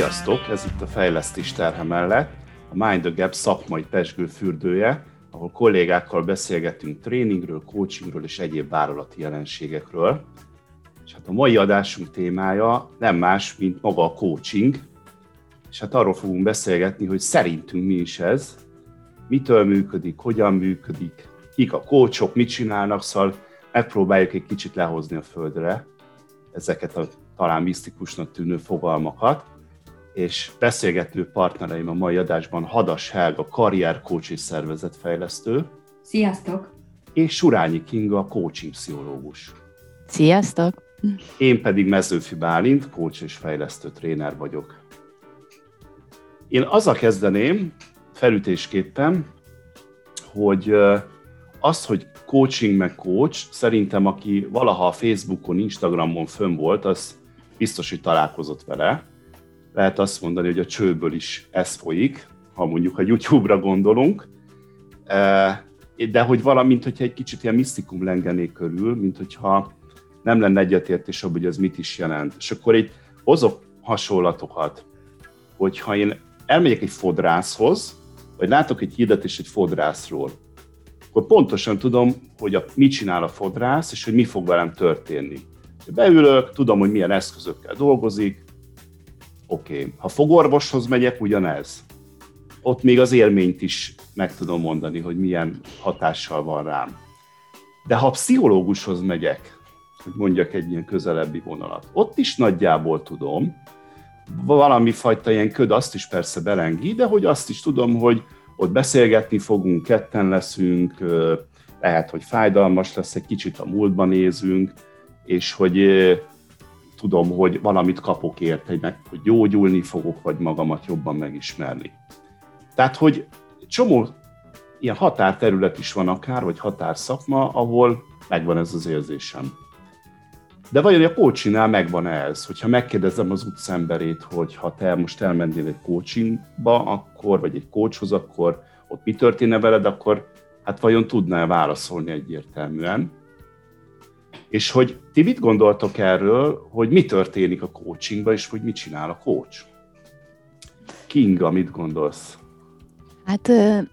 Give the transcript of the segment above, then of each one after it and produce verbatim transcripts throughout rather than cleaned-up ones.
Sziasztok! Ez itt a Fejlesztés terhe mellett, a Mind the Gap szakmai pezsgő fürdője, ahol kollégákkal beszélgetünk tréningről, coachingről és egyéb vállalati jelenségekről. És hát a mai adásunk témája nem más, mint maga a coaching. És hát arról fogunk beszélgetni, hogy szerintünk mi is ez, mitől működik, hogyan működik, kik a coachok, mit csinálnak, szóval megpróbáljuk egy kicsit lehozni a földre ezeket a talán misztikusnak tűnő fogalmakat, és beszélgető partnereim a mai adásban Hadas Helga, karriercoach és szervezetfejlesztő. Sziasztok! És Surányi Kinga, coaching pszichológus. Sziasztok! Én pedig Mezőfi Bálint, coach és fejlesztő tréner vagyok. Én azzal kezdeném, felütésképpen, hogy az, hogy coaching meg coach, szerintem aki valaha a Facebookon, Instagramon fönn volt, az biztos, hogy találkozott vele. Lehet azt mondani, hogy a csőből is ez folyik, ha mondjuk a YouTube-ra gondolunk, de hogy valamint, hogyha egy kicsit ilyen misztikum lengené körül, mint hogyha nem lenne egyetértés abban, hogy ez mit is jelent. És akkor így hozok hasonlatokat, hogyha én elmegyek egy fodrászhoz, vagy látok egy hirdetést egy fodrászról, akkor pontosan tudom, hogy a, mit csinál a fodrász, és hogy mi fog velem történni. Beülök, tudom, hogy milyen eszközökkel dolgozik, oké. Okay. Ha fogorvoshoz megyek, ugyanez. Ott még az élményt is meg tudom mondani, hogy milyen hatással van rám. De ha pszichológushoz megyek, hogy mondjak egy ilyen közelebbi vonalat, ott is nagyjából tudom, valami fajta ilyen köd azt is persze belengi, de hogy azt is tudom, hogy ott beszélgetni fogunk, ketten leszünk, lehet, hogy fájdalmas lesz, egy kicsit a múltba nézünk, és hogy tudom, hogy valamit kapok érte, hogy gyógyulni fogok, vagy magamat jobban megismerni. Tehát, hogy csomó ilyen határterület is van akár, vagy határszakma, ahol megvan ez az érzésem. De vajon a coachingnál megvan ez? Hogyha megkérdezem az utcemberét, hogy ha te most elmennél egy coachingba, akkor, vagy egy coachhoz, akkor ott mi történne veled, akkor hát vajon tudná válaszolni egyértelműen? És hogy ti mit gondoltok erről, hogy mi történik a coachingban, és hogy mit csinál a coach? Kinga, mit gondolsz? Hát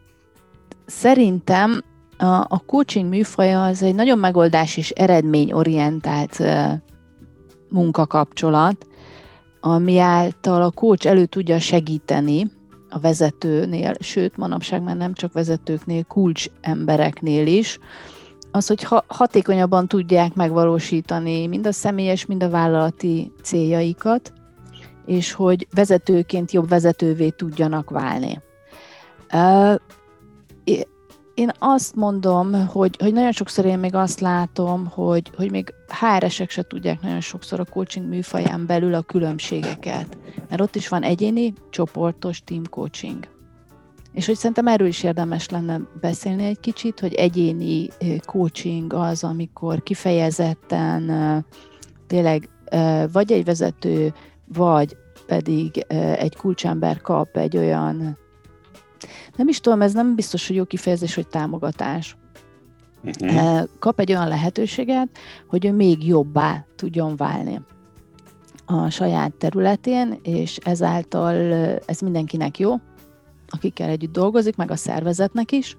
szerintem a, a coaching műfaja az egy nagyon megoldás és eredményorientált munkakapcsolat, ami által a coach elő tudja segíteni a vezetőnél, sőt, manapság már nem csak vezetőknél, kulcs embereknél is, az, hogy ha, hatékonyabban tudják megvalósítani mind a személyes, mind a vállalati céljaikat, és hogy vezetőként jobb vezetővé tudjanak válni. Uh, én azt mondom, hogy, hogy nagyon sokszor én még azt látom, hogy, hogy még há er esek se tudják nagyon sokszor a coaching műfaján belül a különbségeket. Mert ott is van egyéni, csoportos team coaching. És hogy szerintem erről is érdemes lenne beszélni egy kicsit, hogy egyéni coaching az, amikor kifejezetten tényleg vagy egy vezető, vagy pedig egy kulcsember kap egy olyan, nem is tudom, ez nem biztos, hogy jó kifejezés, hogy támogatás. Uh-huh. Kap egy olyan lehetőséget, hogy ő még jobbá tudjon válni a saját területén, és ezáltal ez mindenkinek jó, akikkel együtt dolgozik, meg a szervezetnek is,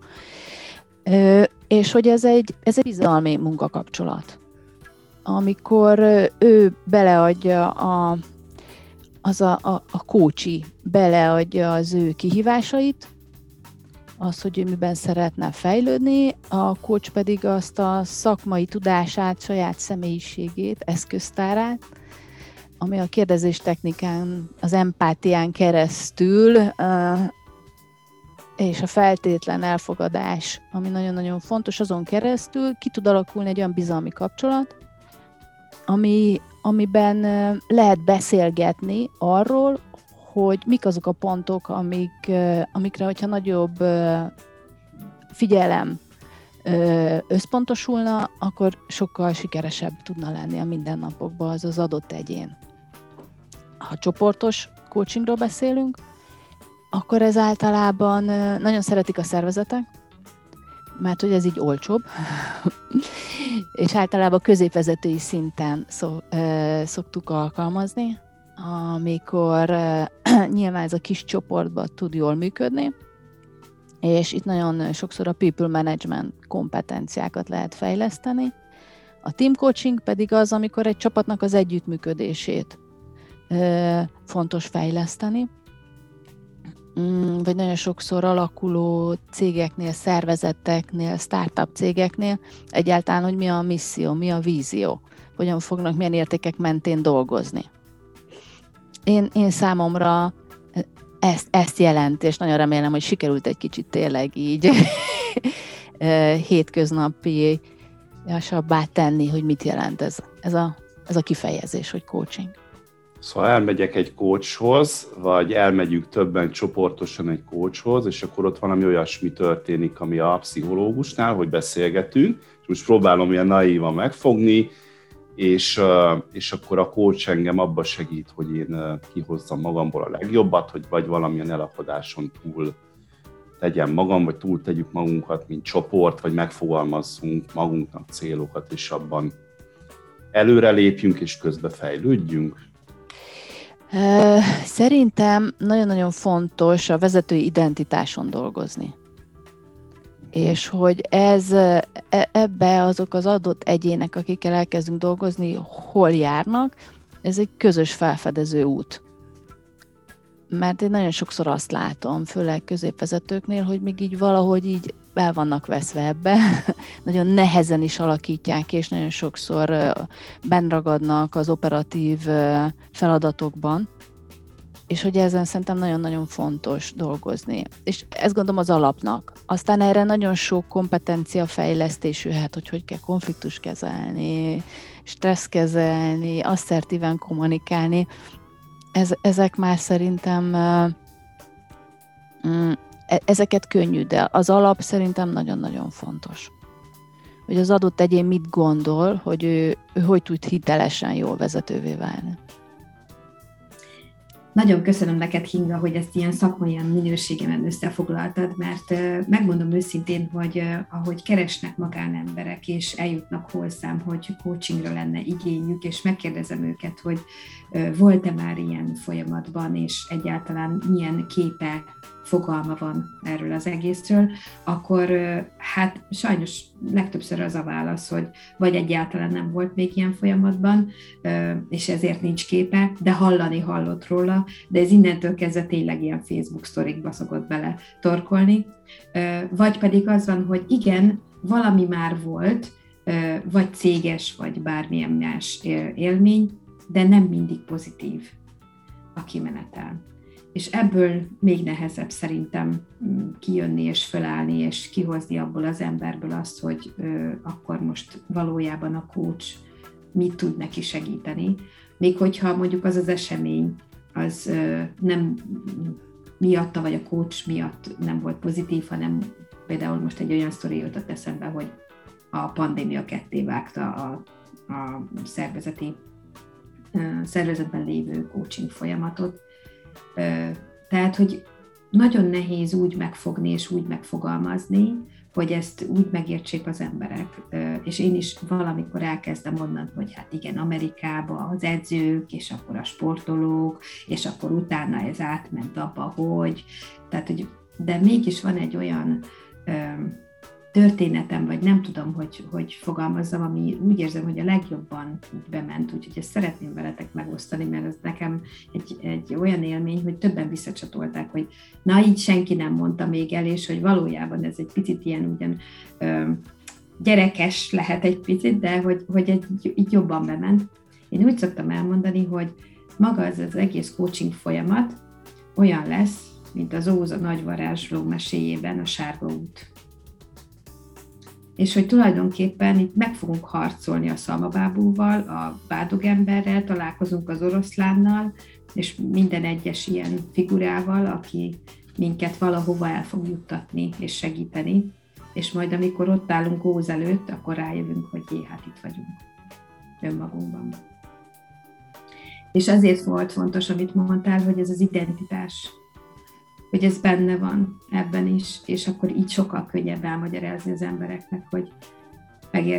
és hogy ez egy, ez egy bizalmi munkakapcsolat. Amikor ő beleadja a, az a, a, a coachi, beleadja az ő kihívásait, az, hogy ő miben szeretne fejlődni, a coach pedig azt a szakmai tudását, saját személyiségét, eszköztárát, ami a kérdezés technikán, az empátián keresztül, és a feltétlen elfogadás, ami nagyon-nagyon fontos, azon keresztül ki tud alakulni egy olyan bizalmi kapcsolat, ami, amiben lehet beszélgetni arról, hogy mik azok a pontok, amik, amikre, hogyha nagyobb figyelem összpontosulna, akkor sokkal sikeresebb tudna lenni a mindennapokban az az adott egyén. Ha csoportos coachingról beszélünk, akkor ez általában nagyon szeretik a szervezetek, mert hogy ez így olcsóbb, és általában középvezetői szinten szoktuk alkalmazni, amikor nyilván ez a kis csoportban tud jól működni, és itt nagyon sokszor a people management kompetenciákat lehet fejleszteni. A team coaching pedig az, amikor egy csapatnak az együttműködését fontos fejleszteni, vagy nagyon sokszor alakuló cégeknél, szervezeteknél, startup cégeknél egyáltalán, hogy mi a misszió, mi a vízió, hogyan fognak, milyen értékek mentén dolgozni. Én, én számomra ezt, ezt jelent, és nagyon remélem, hogy sikerült egy kicsit tényleg így hétköznapiasabbá tenni, hogy mit jelent ez, ez, a, ez a kifejezés, hogy coaching. Szóval elmegyek egy coachhoz, vagy elmegyünk többen csoportosan egy coachhoz, és akkor ott valami olyasmi történik, ami a pszichológusnál, hogy beszélgetünk, és most próbálom ilyen naívan megfogni, és, és akkor a coach engem abba segít, hogy én kihozzam magamból a legjobbat, hogy vagy valamilyen elakadáson túl tegyem magam, vagy túl tegyük magunkat, mint csoport, vagy megfogalmazzunk magunknak célokat, és abban előrelépjünk, és közbe fejlődjünk. Szerintem nagyon-nagyon fontos a vezetői identitáson dolgozni. És hogy ez, ebbe azok az adott egyének, akikkel elkezdünk dolgozni, hol járnak, ez egy közös felfedező út. Mert én nagyon sokszor azt látom, főleg középvezetőknél, hogy még így valahogy így el vannak veszve ebbe, nagyon nehezen is alakítják, és nagyon sokszor benragadnak az operatív feladatokban, és hogy ezen szerintem nagyon-nagyon fontos dolgozni. És ezt gondolom az alapnak. Aztán erre nagyon sok kompetencia fejlesztés jöhet, hogy hogy kell konfliktus kezelni, stressz kezelni, asszertíven kommunikálni. Ez, ezek már szerintem mm, ezeket könnyű, de az alap szerintem nagyon-nagyon fontos. Hogy az adott egyén mit gondol, hogy ő, ő hogy tud hitelesen jól vezetővé válni. Nagyon köszönöm neked, Hinga, hogy ezt ilyen szakmaian minőségemen összefoglaltad, mert megmondom őszintén, hogy ahogy keresnek magánemberek, és eljutnak hozzám, hogy coachingra lenne igényük, és megkérdezem őket, hogy volt-e már ilyen folyamatban, és egyáltalán milyen képe, fogalma van erről az egészről, akkor hát sajnos legtöbbször az a válasz, hogy vagy egyáltalán nem volt még ilyen folyamatban, és ezért nincs képe, de hallani hallott róla, de ez innentől kezdve tényleg ilyen Facebook sztorikba szokott bele torkolni. Vagy pedig az van, hogy igen, valami már volt, vagy céges, vagy bármilyen más élmény, de nem mindig pozitív a kimenetel. És ebből még nehezebb szerintem kijönni és fölállni, és kihozni abból az emberből azt, hogy ö, akkor most valójában a coach mit tud neki segíteni. Még hogyha mondjuk az az esemény, az ö, nem miatta, vagy a coach miatt nem volt pozitív, hanem például most egy olyan sztori jutott eszembe, hogy a pandémia ketté vágta a, a szervezeti, ö, szervezetben lévő coaching folyamatot. Tehát, hogy nagyon nehéz úgy megfogni és úgy megfogalmazni, hogy ezt úgy megértsék az emberek. És én is valamikor elkezdem mondani, hogy hát igen, Amerikában az edzők, és akkor a sportolók, és akkor utána ez átment abba, hogy... Tehát, hogy de mégis van egy olyan történetem, vagy nem tudom, hogy, hogy fogalmazzam, ami úgy érzem, hogy a legjobban bement, úgyhogy ezt szeretném veletek megosztani, mert ez nekem egy, egy olyan élmény, hogy többen visszacsatolták, hogy na, így senki nem mondta még el, és hogy valójában ez egy picit ilyen ugyan ö, gyerekes lehet egy picit, de hogy, hogy egy, így jobban bement. Én úgy szoktam elmondani, hogy maga az az egész coaching folyamat olyan lesz, mint az Óz a nagy varázsló meséjében a Sárga út. És hogy tulajdonképpen itt meg fogunk harcolni a szalmabábúval, a vádogemberrel, találkozunk az oroszlánnal, és minden egyes ilyen figurával, aki minket valahova el fog juttatni és segíteni, és majd amikor ott állunk Óz előtt, akkor rájövünk, hogy jé, hát itt vagyunk önmagunkban. És azért volt fontos, amit mondtál, hogy ez az identitás, hogy ez benne van ebben is, és akkor így sokkal könnyebb elmagyarázni az embereknek, hogy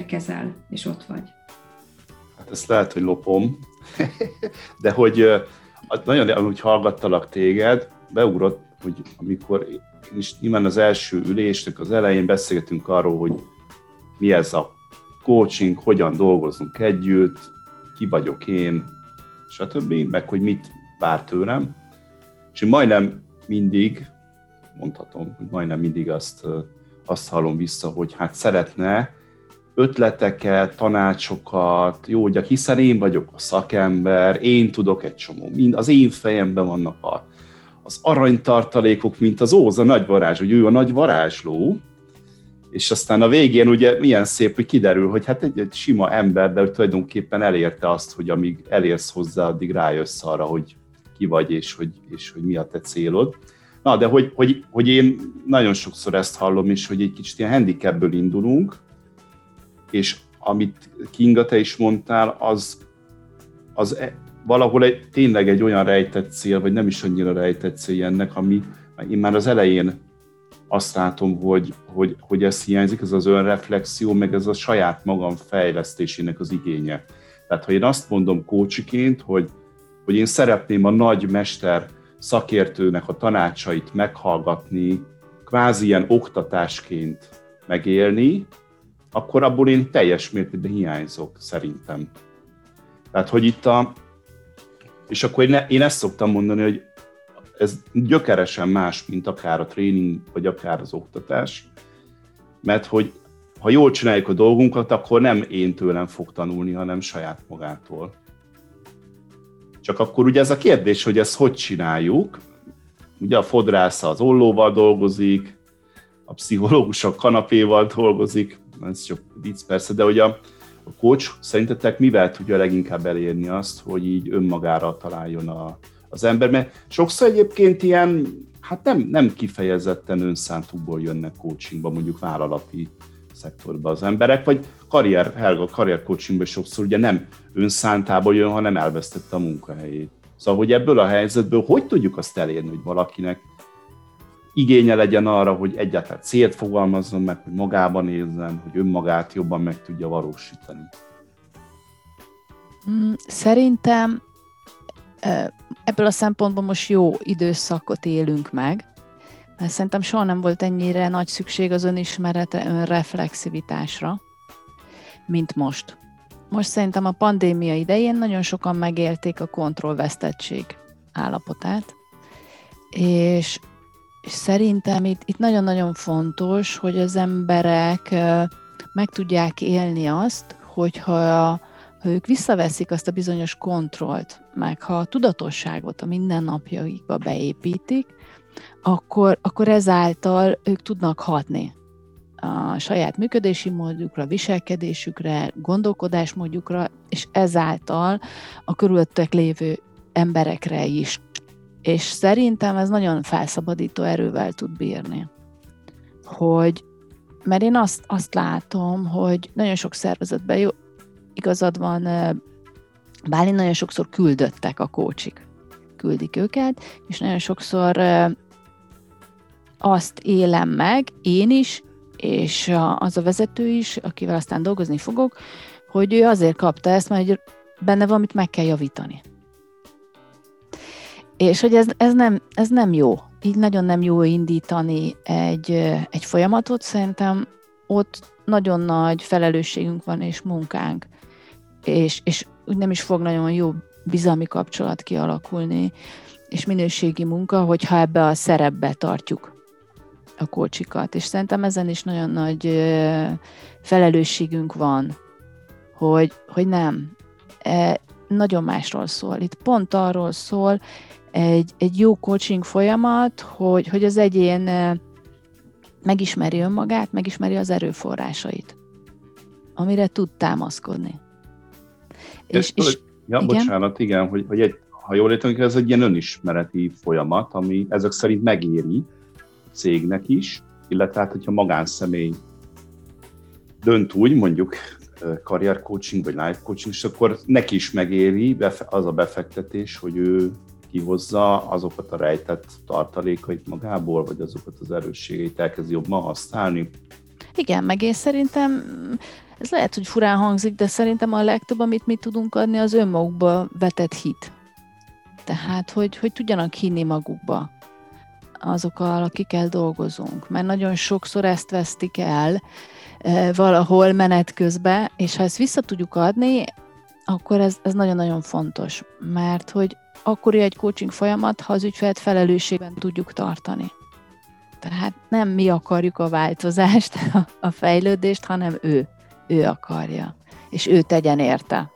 megérkezel, és ott vagy. Hát ezt lehet, hogy lopom, de hogy nagyon, ahogy hallgattalak téged, beugrott, hogy amikor én is nyilván az első ülésnek az elején beszélgetünk arról, hogy mi ez a coaching, hogyan dolgozunk együtt, ki vagyok én, stb., meg hogy mit vár tőlem. És én majdnem mindig, mondhatom, hogy majdnem mindig azt, azt hallom vissza, hogy hát szeretne ötleteket, tanácsokat, jó, ugye, hiszen én vagyok a szakember, én tudok egy csomó, mind az én fejemben vannak a, az aranytartalékok, mint az Óz, a nagy varázs, hogy ő a nagy varázsló, és aztán a végén ugye milyen szép, hogy kiderül, hogy hát egy, egy sima ember, de tulajdonképpen elérte azt, hogy amíg elérsz hozzá, addig rájössz arra, hogy ki vagy, és hogy, és hogy mi a te célod. Na, de hogy, hogy, hogy én nagyon sokszor ezt hallom, és hogy egy kicsit ilyen handicapből indulunk, és amit Kinga, te is mondtál, az, az valahol egy, tényleg egy olyan rejtett cél, vagy nem is annyira rejtett cél ennek, ami én már az elején azt látom, hogy, hogy, hogy ez hiányzik, ez az önreflexió, meg ez a saját magam fejlesztésének az igénye. Tehát ha én azt mondom coachként, hogy, hogy én szeretném a nagy mester szakértőnek a tanácsait meghallgatni, kvázi ilyen oktatásként megélni, akkor abból én teljes mértékben hiányzok, szerintem. Tehát, hogy itt a... És akkor én, én ezt szoktam mondani, hogy ez gyökeresen más, mint akár a tréning, vagy akár az oktatás, mert hogy ha jól csináljuk a dolgunkat, akkor nem én tőlem fog tanulni, hanem saját magától. Csak akkor ugye ez a kérdés, hogy ezt hogy csináljuk. Ugye a fodrász az ollóval dolgozik, a pszichológus a kanapéval dolgozik, ez csak vicc persze, de hogy a, a coach szerintetek mivel tudja leginkább elérni azt, hogy így önmagára találjon a, az ember, mert sokszor egyébként ilyen, hát nem, nem kifejezetten önszántukból jönnek coachingba, mondjuk vállalati szektorba az emberek, vagy karrier, Helga, karrier coachingban sokszor ugye nem önszántából jön, hanem elvesztette a munkahelyét. Szóval, hogy ebből a helyzetből hogy tudjuk azt elérni, hogy valakinek igénye legyen arra, hogy egyáltalán célt fogalmazzon meg, hogy magában érzen, hogy önmagát jobban meg tudja valósítani? Szerintem ebből a szempontból most jó időszakot élünk meg, mert szerintem soha nem volt ennyire nagy szükség az önismeretre, önreflexivitásra, mint most. Most szerintem a pandémia idején nagyon sokan megélték a kontrollvesztettség állapotát, és És szerintem itt, itt nagyon-nagyon fontos, hogy az emberek meg tudják élni azt, hogyha ha ők visszaveszik azt a bizonyos kontrollt, meg ha a tudatosságot a mindennapjaikba beépítik, akkor, akkor ezáltal ők tudnak hatni a saját működési módjukra, viselkedésükre, gondolkodásmódjukra, és ezáltal a körülöttük lévő emberekre is. És szerintem ez nagyon felszabadító erővel tud bírni. Hogy, mert én azt, azt látom, hogy nagyon sok szervezetben, jó, igazad van, Bálint, nagyon sokszor küldöttek a coachik. Küldik őket, és nagyon sokszor azt élem meg, én is, és az a vezető is, akivel aztán dolgozni fogok, hogy ő azért kapta ezt, mert benne valamit meg kell javítani. És hogy ez, ez, nem, ez nem jó. Így nagyon nem jó indítani egy, egy folyamatot. Szerintem ott nagyon nagy felelősségünk van és munkánk. És, és úgy nem is fog nagyon jó bizalmi kapcsolat kialakulni, és minőségi munka, hogyha ebbe a szerepbe tartjuk a coachikat. És szerintem ezen is nagyon nagy felelősségünk van, hogy, hogy nem. E, nagyon másról szól. Itt pont arról szól, Egy, egy jó coaching folyamat, hogy, hogy az egyén megismeri önmagát, megismeri az erőforrásait, amire tud támaszkodni. És, és, ja, igen? Bocsánat, igen, hogy, hogy egy, ha jól értem, ez egy ilyen önismereti folyamat, ami ezek szerint megéri cégnek is, illetve hát, hogyha magánszemély dönt úgy, mondjuk karrier coaching vagy life coaching, és akkor neki is megéri az a befektetés, hogy ő kihozza azokat a rejtett tartalékait magából, vagy azokat az erősségeit elkezdi jobban használni. Igen, meg én szerintem, ez lehet, hogy furán hangzik, de szerintem a legtöbb, amit mi tudunk adni, az önmagukba vetett hit. Tehát, hogy, hogy tudjanak hinni magukba azokkal, akikkel dolgozunk. Mert nagyon sokszor ezt vesztik el e, valahol menet közben, és ha ezt vissza tudjuk adni, akkor ez, ez nagyon-nagyon fontos. Mert hogy akkor egy coaching folyamat, ha az ügyfelet felelősségben tudjuk tartani. Tehát nem mi akarjuk a változást, a fejlődést, hanem ő. Ő akarja. És ő tegyen érte.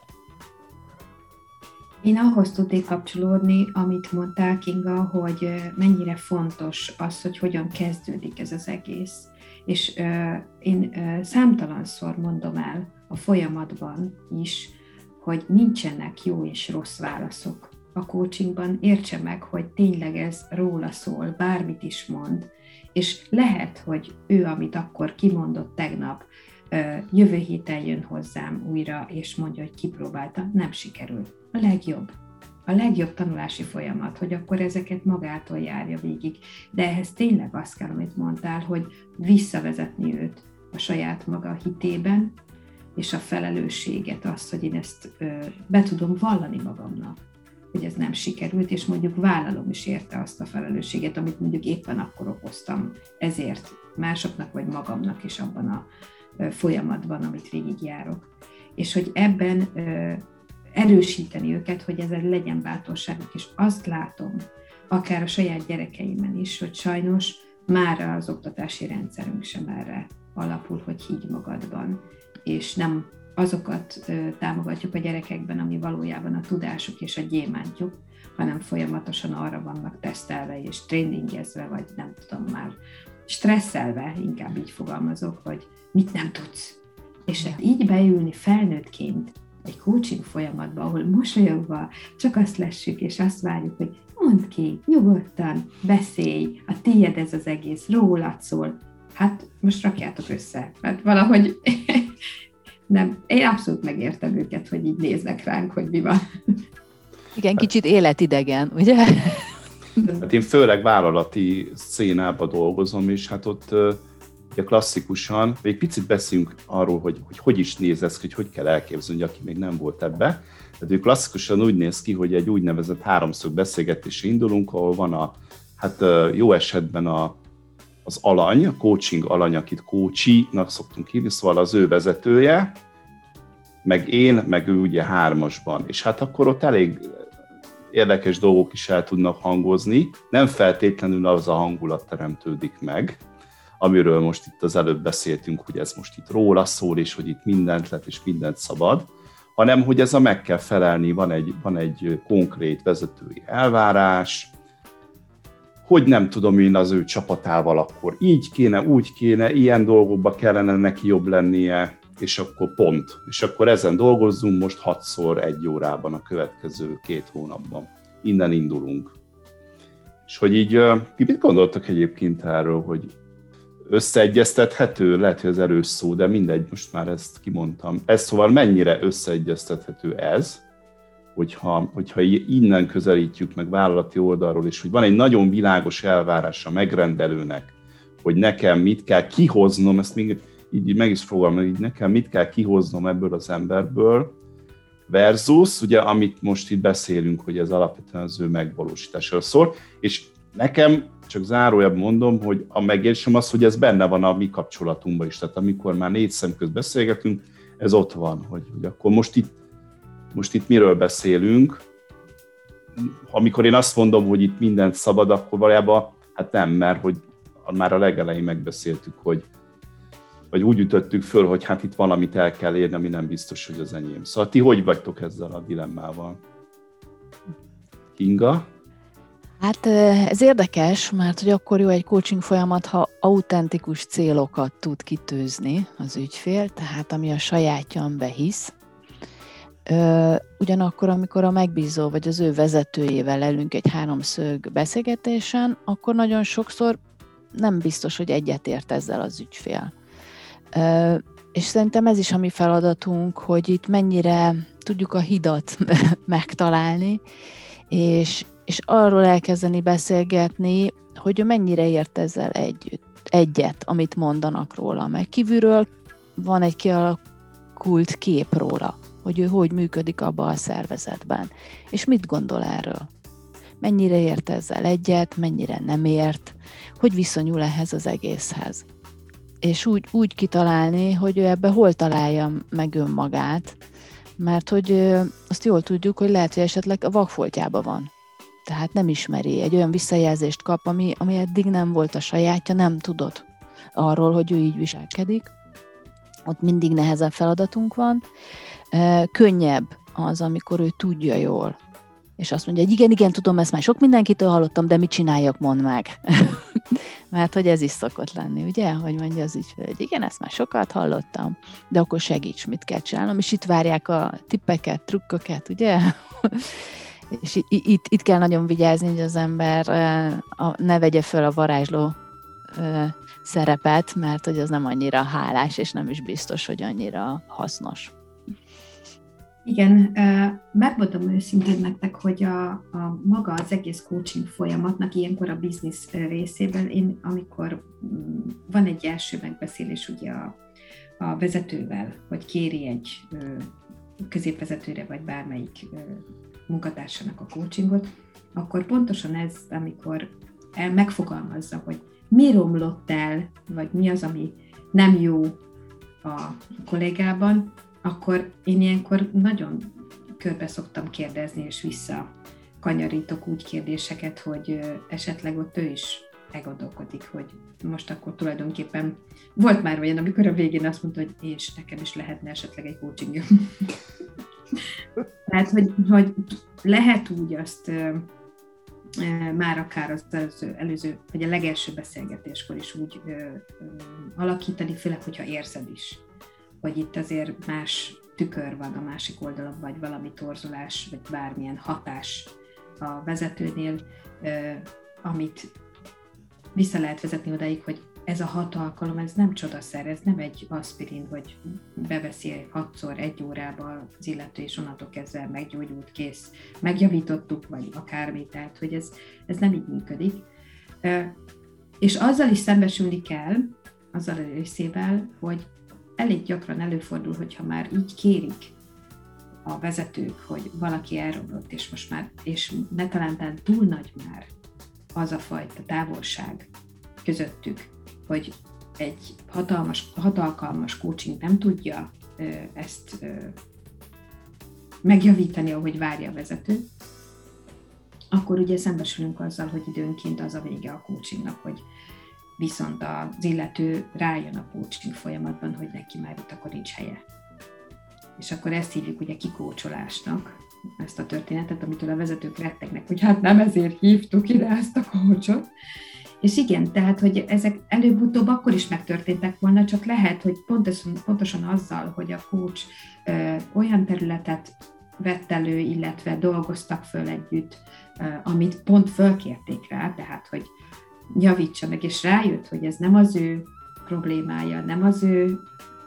Én ahhoz tudnék kapcsolódni, amit mondtál, Kinga, hogy mennyire fontos az, hogy hogyan kezdődik ez az egész. És uh, én uh, számtalanszor mondom el a folyamatban is, hogy nincsenek jó és rossz válaszok a coachingban. Értse meg, hogy tényleg ez róla szól, bármit is mond, és lehet, hogy ő, amit akkor kimondott tegnap, jövő héten jön hozzám újra, és mondja, hogy kipróbálta, nem sikerül. A legjobb. A legjobb tanulási folyamat, hogy akkor ezeket magától járja végig. De ehhez tényleg azt kell, amit mondtál, hogy visszavezetni őt a saját maga hitében, és a felelősséget, azt, hogy én ezt ö, be tudom vallani magamnak, hogy ez nem sikerült, és mondjuk vállalom is érte azt a felelősséget, amit mondjuk éppen akkor okoztam ezért másoknak, vagy magamnak is abban a folyamatban, amit végigjárok. És hogy ebben ö, erősíteni őket, hogy ezen legyen bátorságuk, és azt látom, akár a saját gyerekeimen is, hogy sajnos már az oktatási rendszerünk sem erre alapul, hogy higgy magadban, és nem azokat ö, támogatjuk a gyerekekben, ami valójában a tudásuk és a gyémántjuk, hanem folyamatosan arra vannak tesztelve és tréningezve, vagy nem tudom már, stresszelve, inkább így fogalmazok, hogy mit nem tudsz. És hát így beülni felnőttként egy coaching folyamatba, ahol mosolyogva csak azt lessük, és azt várjuk, hogy mondd ki, nyugodtan, beszélj, a tiéd ez az egész, rólad szól. Hát most rakjátok össze, mert valahogy nem, én abszolút megértem őket, hogy így néznek ránk, hogy mi van. Igen, kicsit életidegen, ugye? Hát én főleg vállalati szénában dolgozom, és hát ott ugye klasszikusan, egy picit beszélünk arról, hogy, hogy hogy is néz ez, hogy hogy kell elképzelni, aki még nem volt ebbe. Tehát ő klasszikusan úgy néz ki, hogy egy úgynevezett háromszög beszélgetésre indulunk, ahol van a, hát jó esetben a, az alany, a coaching alany, akit coachinak szoktunk hívni, szóval az ő vezetője, meg én, meg ő ugye hármasban. És hát akkor ott elég érdekes dolgok is el tudnak hangozni, nem feltétlenül az a hangulat teremtődik meg, amiről most itt az előbb beszéltünk, hogy ez most itt róla szól, és hogy itt mindent lett, és mindent szabad, hanem hogy ez a meg kell felelni, van egy, van egy konkrét vezetői elvárás, hogy nem tudom én az ő csapatával akkor így kéne, úgy kéne, ilyen dolgokba kellene neki jobb lennie, és akkor pont. És akkor ezen dolgozzunk most hatszor egy órában a következő két hónapban. Innen indulunk. És hogy így, mit gondoltak egyébként erről, hogy összeegyeztethető, lehet, hogy az erős szó, de mindegy, most már ezt kimondtam. Ez szóval mennyire összeegyeztethető ez, hogyha, hogyha innen közelítjük meg vállalati oldalról, és hogy van egy nagyon világos elvárás a megrendelőnek, hogy nekem mit kell kihoznom, ezt még így meg is fogalmazom, hogy nekem mit kell kihoznom ebből az emberből, versus, ugye, amit most itt beszélünk, hogy ez alapvetően az ő megvalósításról szól, és nekem csak zárójában mondom, hogy a megértésem az, hogy ez benne van a mi kapcsolatunkban is, tehát amikor már négy szem közt beszélgetünk, ez ott van, hogy, hogy akkor most itt, most itt miről beszélünk. Amikor én azt mondom, hogy itt mindent szabad, akkor valójában hát nem, mert hogy már a legelején megbeszéltük, hogy vagy úgy ütöttük föl, hogy hát itt valamit el kell érni, ami nem biztos, hogy az enyém. Szóval ti hogy vagytok ezzel a dilemmával? Kinga? Hát ez érdekes, mert hogy akkor jó egy coaching folyamat, ha autentikus célokat tud kitűzni az ügyfél, tehát ami a sajátján behisz. Ugyanakkor, amikor a megbízó vagy az ő vezetőjével lelünk egy háromszög beszélgetésen, akkor nagyon sokszor nem biztos, hogy egyetért ezzel az ügyfél. És szerintem ez is a mi feladatunk, hogy itt mennyire tudjuk a hidat megtalálni, és, és arról elkezdeni beszélgetni, hogy ő mennyire ért ezzel együtt, egyet, amit mondanak róla. Meg kívülről van egy kialakult kép róla, hogy ő hogy működik abban a szervezetben. És mit gondol erről? mennyire ért ezzel egyet, mennyire nem ért, hogy viszonyul ehhez az egészhez. És úgy, úgy kitalálni, hogy ő ebbe hol találja meg önmagát, mert hogy azt jól tudjuk, hogy lehet, hogy esetleg a vakfoltjában van. Tehát nem ismeri, egy olyan visszajelzést kap, ami, ami eddig nem volt a sajátja, nem tudod arról, hogy ő így viselkedik. Ott mindig nehezebb feladatunk van. Könnyebb az, amikor ő tudja jól. És azt mondja, hogy igen, igen, tudom, ezt már sok mindenkitől hallottam, de mit csináljak, mondd meg. Mert hogy ez is szokott lenni, ugye? Hogy mondja az ügyfél, hogy igen, ezt már sokat hallottam, de akkor segíts, mit kell csinálnom. És itt várják a tippeket, trükköket, ugye? És itt, itt kell nagyon vigyázni, hogy az ember ne vegye föl a varázsló szerepet, mert hogy az nem annyira hálás, és nem is biztos, hogy annyira hasznos. Igen, megmondom őszintén nektek, hogy a, a maga az egész coaching folyamatnak ilyenkor a biznisz részében, én amikor van egy első megbeszélés ugye a, a vezetővel, hogy kéri egy középvezetőre vagy bármelyik munkatársának a coachingot, akkor pontosan ez, amikor megfogalmazza, hogy mi romlott el, vagy mi az, ami nem jó a kollégában, akkor én ilyenkor nagyon körbe szoktam kérdezni, és visszakanyarítok úgy kérdéseket, hogy esetleg ott ő is elgondolkodik, hogy most akkor tulajdonképpen volt már olyan, amikor a végén azt mondta, hogy és nekem is lehetne esetleg egy coaching. Tehát, hogy, hogy lehet úgy azt már akár az előző, előző, vagy a legelső beszélgetéskor is úgy ö, ö, alakítani, főleg, hogyha érzed is, hogy itt azért más tükör van a másik oldalon, vagy valami torzulás, vagy bármilyen hatás a vezetőnél, ö, amit vissza lehet vezetni odáig, hogy ez a hat alkalom, ez nem csodaszer, ez nem egy aspirin, hogy beveszi hatszor egy órába az illető, és onnantól kezdve meggyógyult, kész, megjavítottuk, vagy akármi, tehát hogy ez, ez nem így működik. És azzal is szembesülni kell, azzal a részével, hogy elég gyakran előfordul, hogyha már így kérik a vezetők, hogy valaki elromlott, és most már, és ne talán túl nagy már az a fajta távolság közöttük, hogy egy hatalmas, hatalmas coaching nem tudja ö, ezt ö, megjavítani, ahogy várja a vezető, akkor ugye szembesülünk azzal, hogy időnként az a vége a coachingnak, hogy viszont az illető rájön a coaching folyamatban, hogy neki már itt akkor nincs helye. És akkor ezt hívjuk ugye kikócsolásnak, ezt a történetet, amitől a vezetők rettegnek, hogy hát nem ezért hívtuk ide ezt a coachot. És igen, tehát, hogy ezek előbb-utóbb akkor is megtörténtek volna, csak lehet, hogy pontosan, pontosan azzal, hogy a coach ö, olyan területet vett elő, illetve dolgoztak föl együtt, ö, amit pont fölkérték rá, tehát, hogy javítsa meg, és rájött, hogy ez nem az ő problémája, nem az ő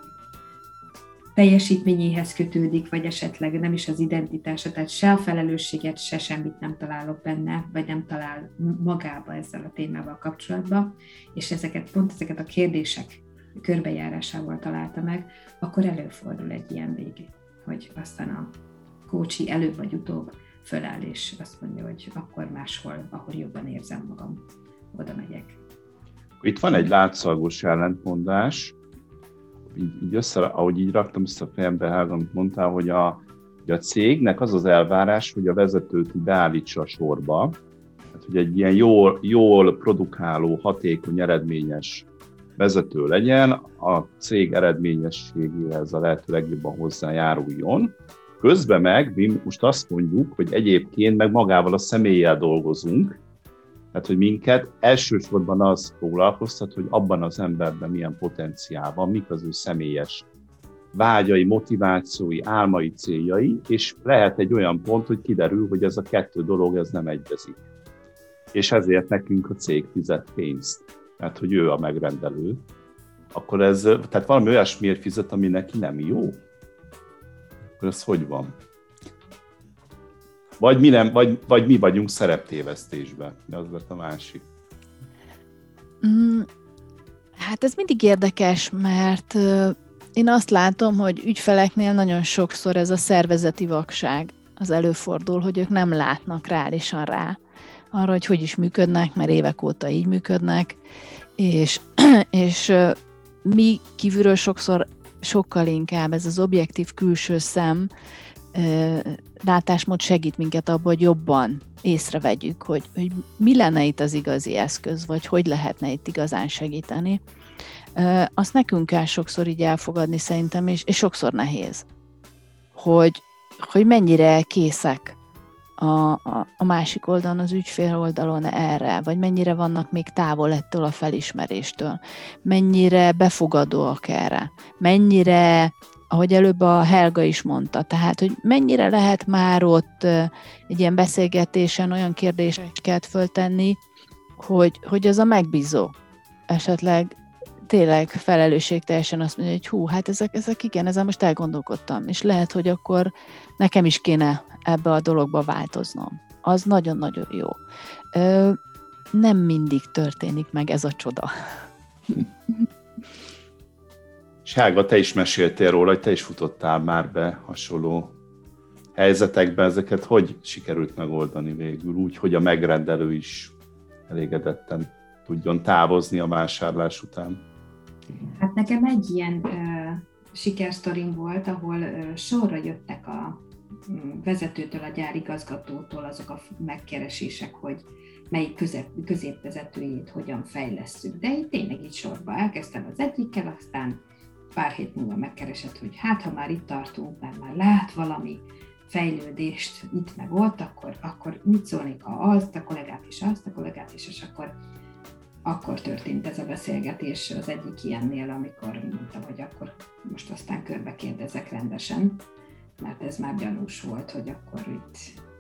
teljesítményéhez kötődik, vagy esetleg nem is az identitása, tehát se a felelősséget, se semmit nem találok benne, vagy nem talál magába ezzel a témával kapcsolatban, és ezeket, pont ezeket a kérdések körbejárásával találta meg, akkor előfordul egy ilyen vég, hogy aztán a coachi előbb vagy utóbb föláll, és azt mondja, hogy akkor máshol, ahol jobban érzem magam, oda megyek. Itt van egy látszalgos ellentmondás, így, így össze, ahogy így raktam össze a fejembe, Helga, amit mondtál, hogy a, hogy a cégnek az az elvárás, hogy a vezetőt beállítsa a sorba, tehát, hogy egy ilyen jól, jól produkáló, hatékony, eredményes vezető legyen, a cég eredményességéhez a lehető legjobban hozzájáruljon. Közben meg mi most azt mondjuk, hogy egyébként meg magával a személlyel dolgozunk, tehát, hogy minket elsősorban az foglalkoztat, hogy abban az emberben milyen potenciál van, mik az ő személyes vágyai, motivációi, álmai, céljai, és lehet egy olyan pont, hogy kiderül, hogy ez a kettő dolog, ez nem egyezik. És ezért nekünk a cég fizet pénzt, tehát, hogy ő a megrendelő. Akkor ez, tehát valami olyasmiért fizet, ami neki nem jó. Akkor ez hogy van? Vagy mi, nem, vagy, vagy mi vagyunk szereptévesztésben, de az lett a másik. Mm, hát ez mindig érdekes, mert uh, én azt látom, hogy ügyfeleknél nagyon sokszor ez a szervezeti vakság az előfordul, hogy ők nem látnak reálisan rá, arra, hogy hogy is működnek, mert évek óta így működnek, és, és mi kívülről sokszor sokkal inkább ez az objektív külső szem látásmód segít minket abban, hogy jobban észrevegyük, hogy, hogy mi lenne itt az igazi eszköz, vagy hogy lehetne itt igazán segíteni. Azt nekünk kell sokszor így elfogadni szerintem, és, és sokszor nehéz, hogy, hogy mennyire készek a, a, a másik oldalon, az ügyfél oldalon erre, vagy mennyire vannak még távol ettől a felismeréstől, mennyire befogadóak erre, mennyire, ahogy előbb a Helga is mondta, tehát, hogy mennyire lehet már ott egy ilyen beszélgetésen olyan kérdéseket föltenni, hogy, hogy az a megbízó esetleg tényleg felelősségteljesen azt mondja, hogy hú, hát ezek, ezek igen, ezzel most elgondolkodtam, és lehet, hogy akkor nekem is kéne ebbe a dologba változnom. Az nagyon-nagyon jó. Ö, nem mindig történik meg ez a csoda. És Helga, te is meséltél róla, hogy te is futottál már be hasonló helyzetekben, ezeket hogy sikerült megoldani végül, úgy, hogy a megrendelő is elégedetten tudjon távozni a vásárlás után? Hát nekem egy ilyen uh, sikersztorim volt, volt, ahol uh, sorra jöttek a vezetőtől, a gyárigazgatótól azok a megkeresések, hogy melyik közep, középvezetőjét hogyan fejlesszük. De itt tényleg így sorba elkezdtem az egyikkel, aztán pár hét múlva megkeresett, hogy hát ha már itt tartunk, mert már lát valami fejlődést itt meg ott, akkor, akkor mit szólnék, ha azt a kollégát is, azt a kollégát is, és akkor Akkor történt ez a beszélgetés az egyik ilyennél, amikor mondtam, hogy akkor most aztán körbe kérdezek rendesen, mert ez már gyanús volt, hogy akkor itt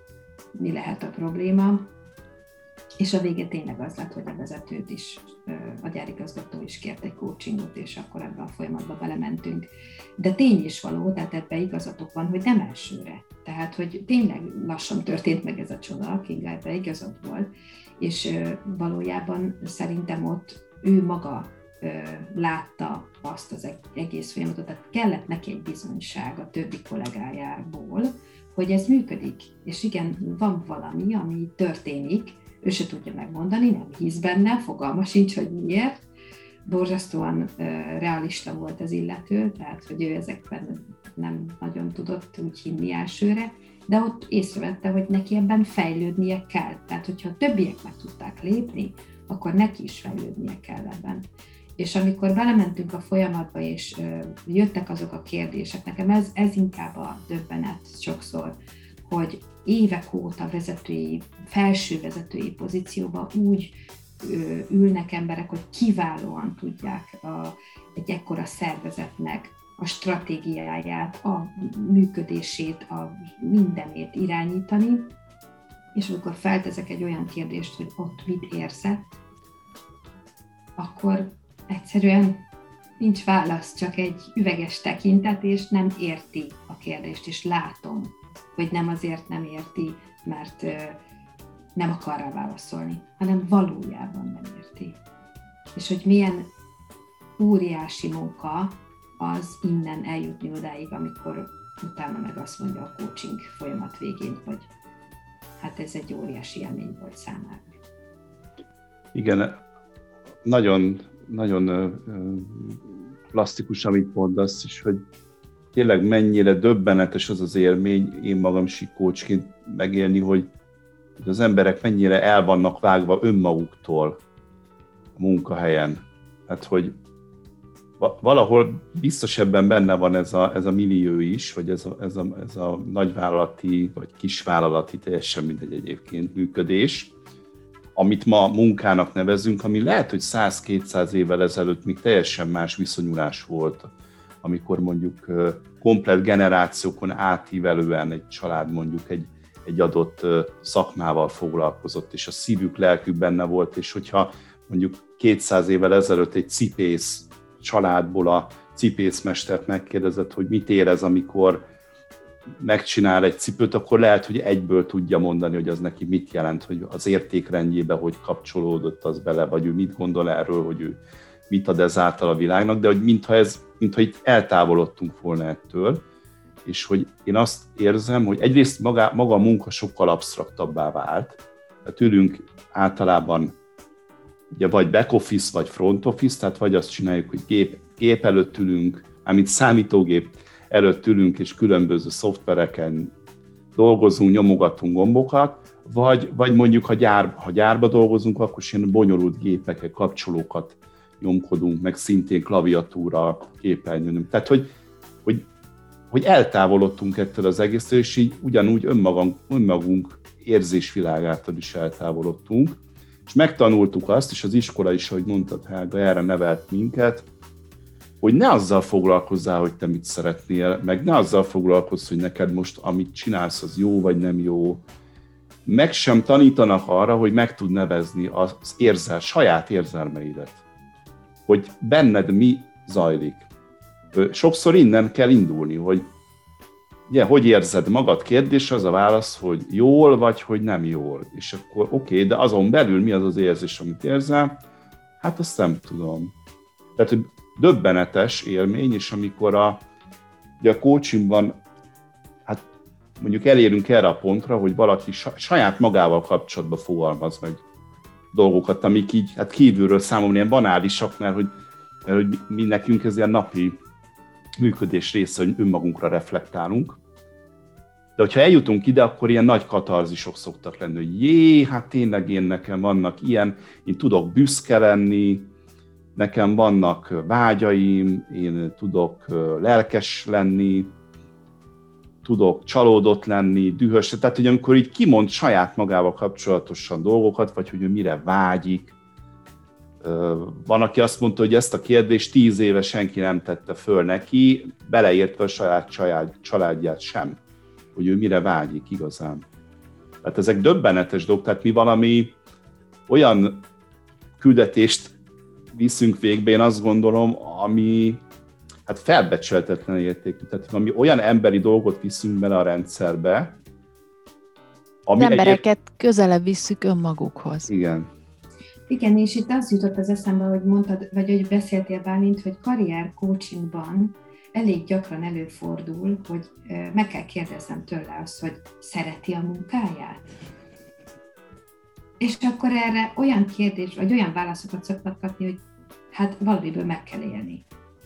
mi lehet a probléma. És a vége tényleg az lett, hogy a vezetőt is, a gyárigazgató is kért egy coachingot, és akkor ebben a folyamatba belementünk. De tény is való, tehát ebben igazatok van, hogy nem elsőre. Tehát, hogy tényleg lassan történt meg ez a csoda, Kinga ebben igazad volt, és valójában szerintem ott ő maga látta azt az egész folyamatot, tehát kellett neki egy bizonyság a többi kollégájából, hogy ez működik. És igen, van valami, ami történik, ő se tudja megmondani, nem hisz benne, fogalma sincs, hogy miért. Borzasztóan realista volt az illető, tehát hogy ő ezekben nem nagyon tudott úgy hinni elsőre, de ott észrevette, hogy neki ebben fejlődnie kell. Tehát, hogyha a többiek meg tudták lépni, akkor neki is fejlődnie kell ebben. És amikor belementünk a folyamatba, és jöttek azok a kérdések, nekem ez, ez inkább a döbbenet sokszor, hogy évek óta vezetői, felső vezetői pozícióban úgy ö, ülnek emberek, hogy kiválóan tudják a, egy ekkora szervezetnek a stratégiáját, a működését, a mindenét irányítani, és amikor felteszek egy olyan kérdést, hogy ott mit érzett, akkor egyszerűen nincs válasz, csak egy üveges tekintet, és nem érti a kérdést, és látom, hogy nem azért nem érti, mert nem akar rá válaszolni, hanem valójában nem érti. És hogy milyen óriási munka az innen eljutni odáig, amikor utána meg azt mondja a coaching folyamat végén, hogy hát ez egy óriási élmény volt számára. Igen, nagyon, nagyon plastikus, amit mondasz, és hogy tényleg mennyire döbbenetes az az élmény, én magam is coachként megélni, hogy az emberek mennyire el vannak vágva önmaguktól a munkahelyen. Hát, hogy valahol biztos ebben benne van ez a, ez a millió is, vagy ez a, ez, a, ez a nagyvállalati, vagy kisvállalati, teljesen mindegy egyébként működés, amit ma munkának nevezünk, ami lehet, hogy száz-kétszáz évvel ezelőtt még teljesen más viszonyulás volt, amikor mondjuk komplett generációkon átívelően egy család mondjuk egy, egy adott szakmával foglalkozott, és a szívük, lelkük benne volt, és hogyha mondjuk kétszáz évvel ezelőtt egy cipész családból a cipészmestert megkérdezett, hogy mit érez, amikor megcsinál egy cipőt, akkor lehet, hogy egyből tudja mondani, hogy az neki mit jelent, hogy az értékrendjébe hogy kapcsolódott az bele, vagy ő mit gondol erről, hogy ő mit ad ezáltal a világnak, de hogy mintha, ez, mintha itt eltávolodtunk volna ettől, és hogy én azt érzem, hogy egyrészt maga, maga a munka sokkal absztraktabbá vált, Tehát ülünk általában ugye vagy back office, vagy front office, tehát vagy azt csináljuk, hogy gép, gép előtt ülünk, amit számítógép előtt ülünk, és különböző szoftvereken dolgozunk, nyomogatunk gombokat, vagy, vagy mondjuk, ha, gyár, ha gyárba dolgozunk, akkor ilyen bonyolult gépeket, kapcsolókat nyomkodunk, meg szintén klaviatúra képernyőn. Tehát, hogy, hogy, hogy eltávolodtunk ettől az egésztől, és így ugyanúgy önmagunk, önmagunk érzésvilágától is eltávolodtunk, és megtanultuk azt, és az iskola is, ahogy mondtad, Helga, erre nevelt minket, hogy ne azzal foglalkozzál, hogy te mit szeretnél, meg ne azzal foglalkozz, hogy neked most amit csinálsz, az jó vagy nem jó. Meg sem tanítanak arra, hogy meg tud nevezni az érzel, saját érzelmeidet. Hogy benned mi zajlik. Sokszor innen kell indulni, hogy ugye, hogy érzed magad, kérdés, az a válasz, hogy jól vagy, hogy nem jól. És akkor oké, okay, de azon belül mi az az érzés, amit érzel? Hát azt nem tudom. Tehát, hogy döbbenetes élmény, és amikor a, ugye a coachingban, hát mondjuk elérünk erre a pontra, hogy valaki saját magával kapcsolatban fogalmaz meg dolgokat, amik így hát kívülről számomra ilyen banálisak, mert hogy, mert hogy mi nekünk ez ilyen napi működés része, hogy önmagunkra reflektálunk. De hogyha eljutunk ide, akkor ilyen nagy katarzisok szoktak lenni, hogy jé, hát tényleg én nekem vannak ilyen, én tudok büszke lenni, nekem vannak vágyaim, én tudok lelkes lenni, tudok csalódott lenni, dühös. Tehát, hogy amikor így kimond saját magával kapcsolatosan dolgokat, vagy hogy ő mire vágyik. Van, aki azt mondta, hogy ezt a kérdést tíz éve senki nem tette föl neki, beleértve a saját család, családját sem, hogy ő mire vágyik igazán. Tehát ezek döbbenetes dolgok, tehát mi valami olyan küldetést viszünk végbe, én azt gondolom, ami hát felbecsülhetetlen értékű. Tehát valami olyan emberi dolgot viszünk bele a rendszerbe, ami az embereket egyéb... közelebb visszük önmagukhoz. Igen. Igen, és itt az jutott az eszembe, hogy mondtad, vagy hogy beszéltél, Bálint, hogy karrier coachingban elég gyakran előfordul, hogy meg kell kérdeznem tőle azt, hogy szereti a munkáját? És akkor erre olyan kérdés, vagy olyan válaszokat szoktak kapni, hogy hát valamiből meg kell élni.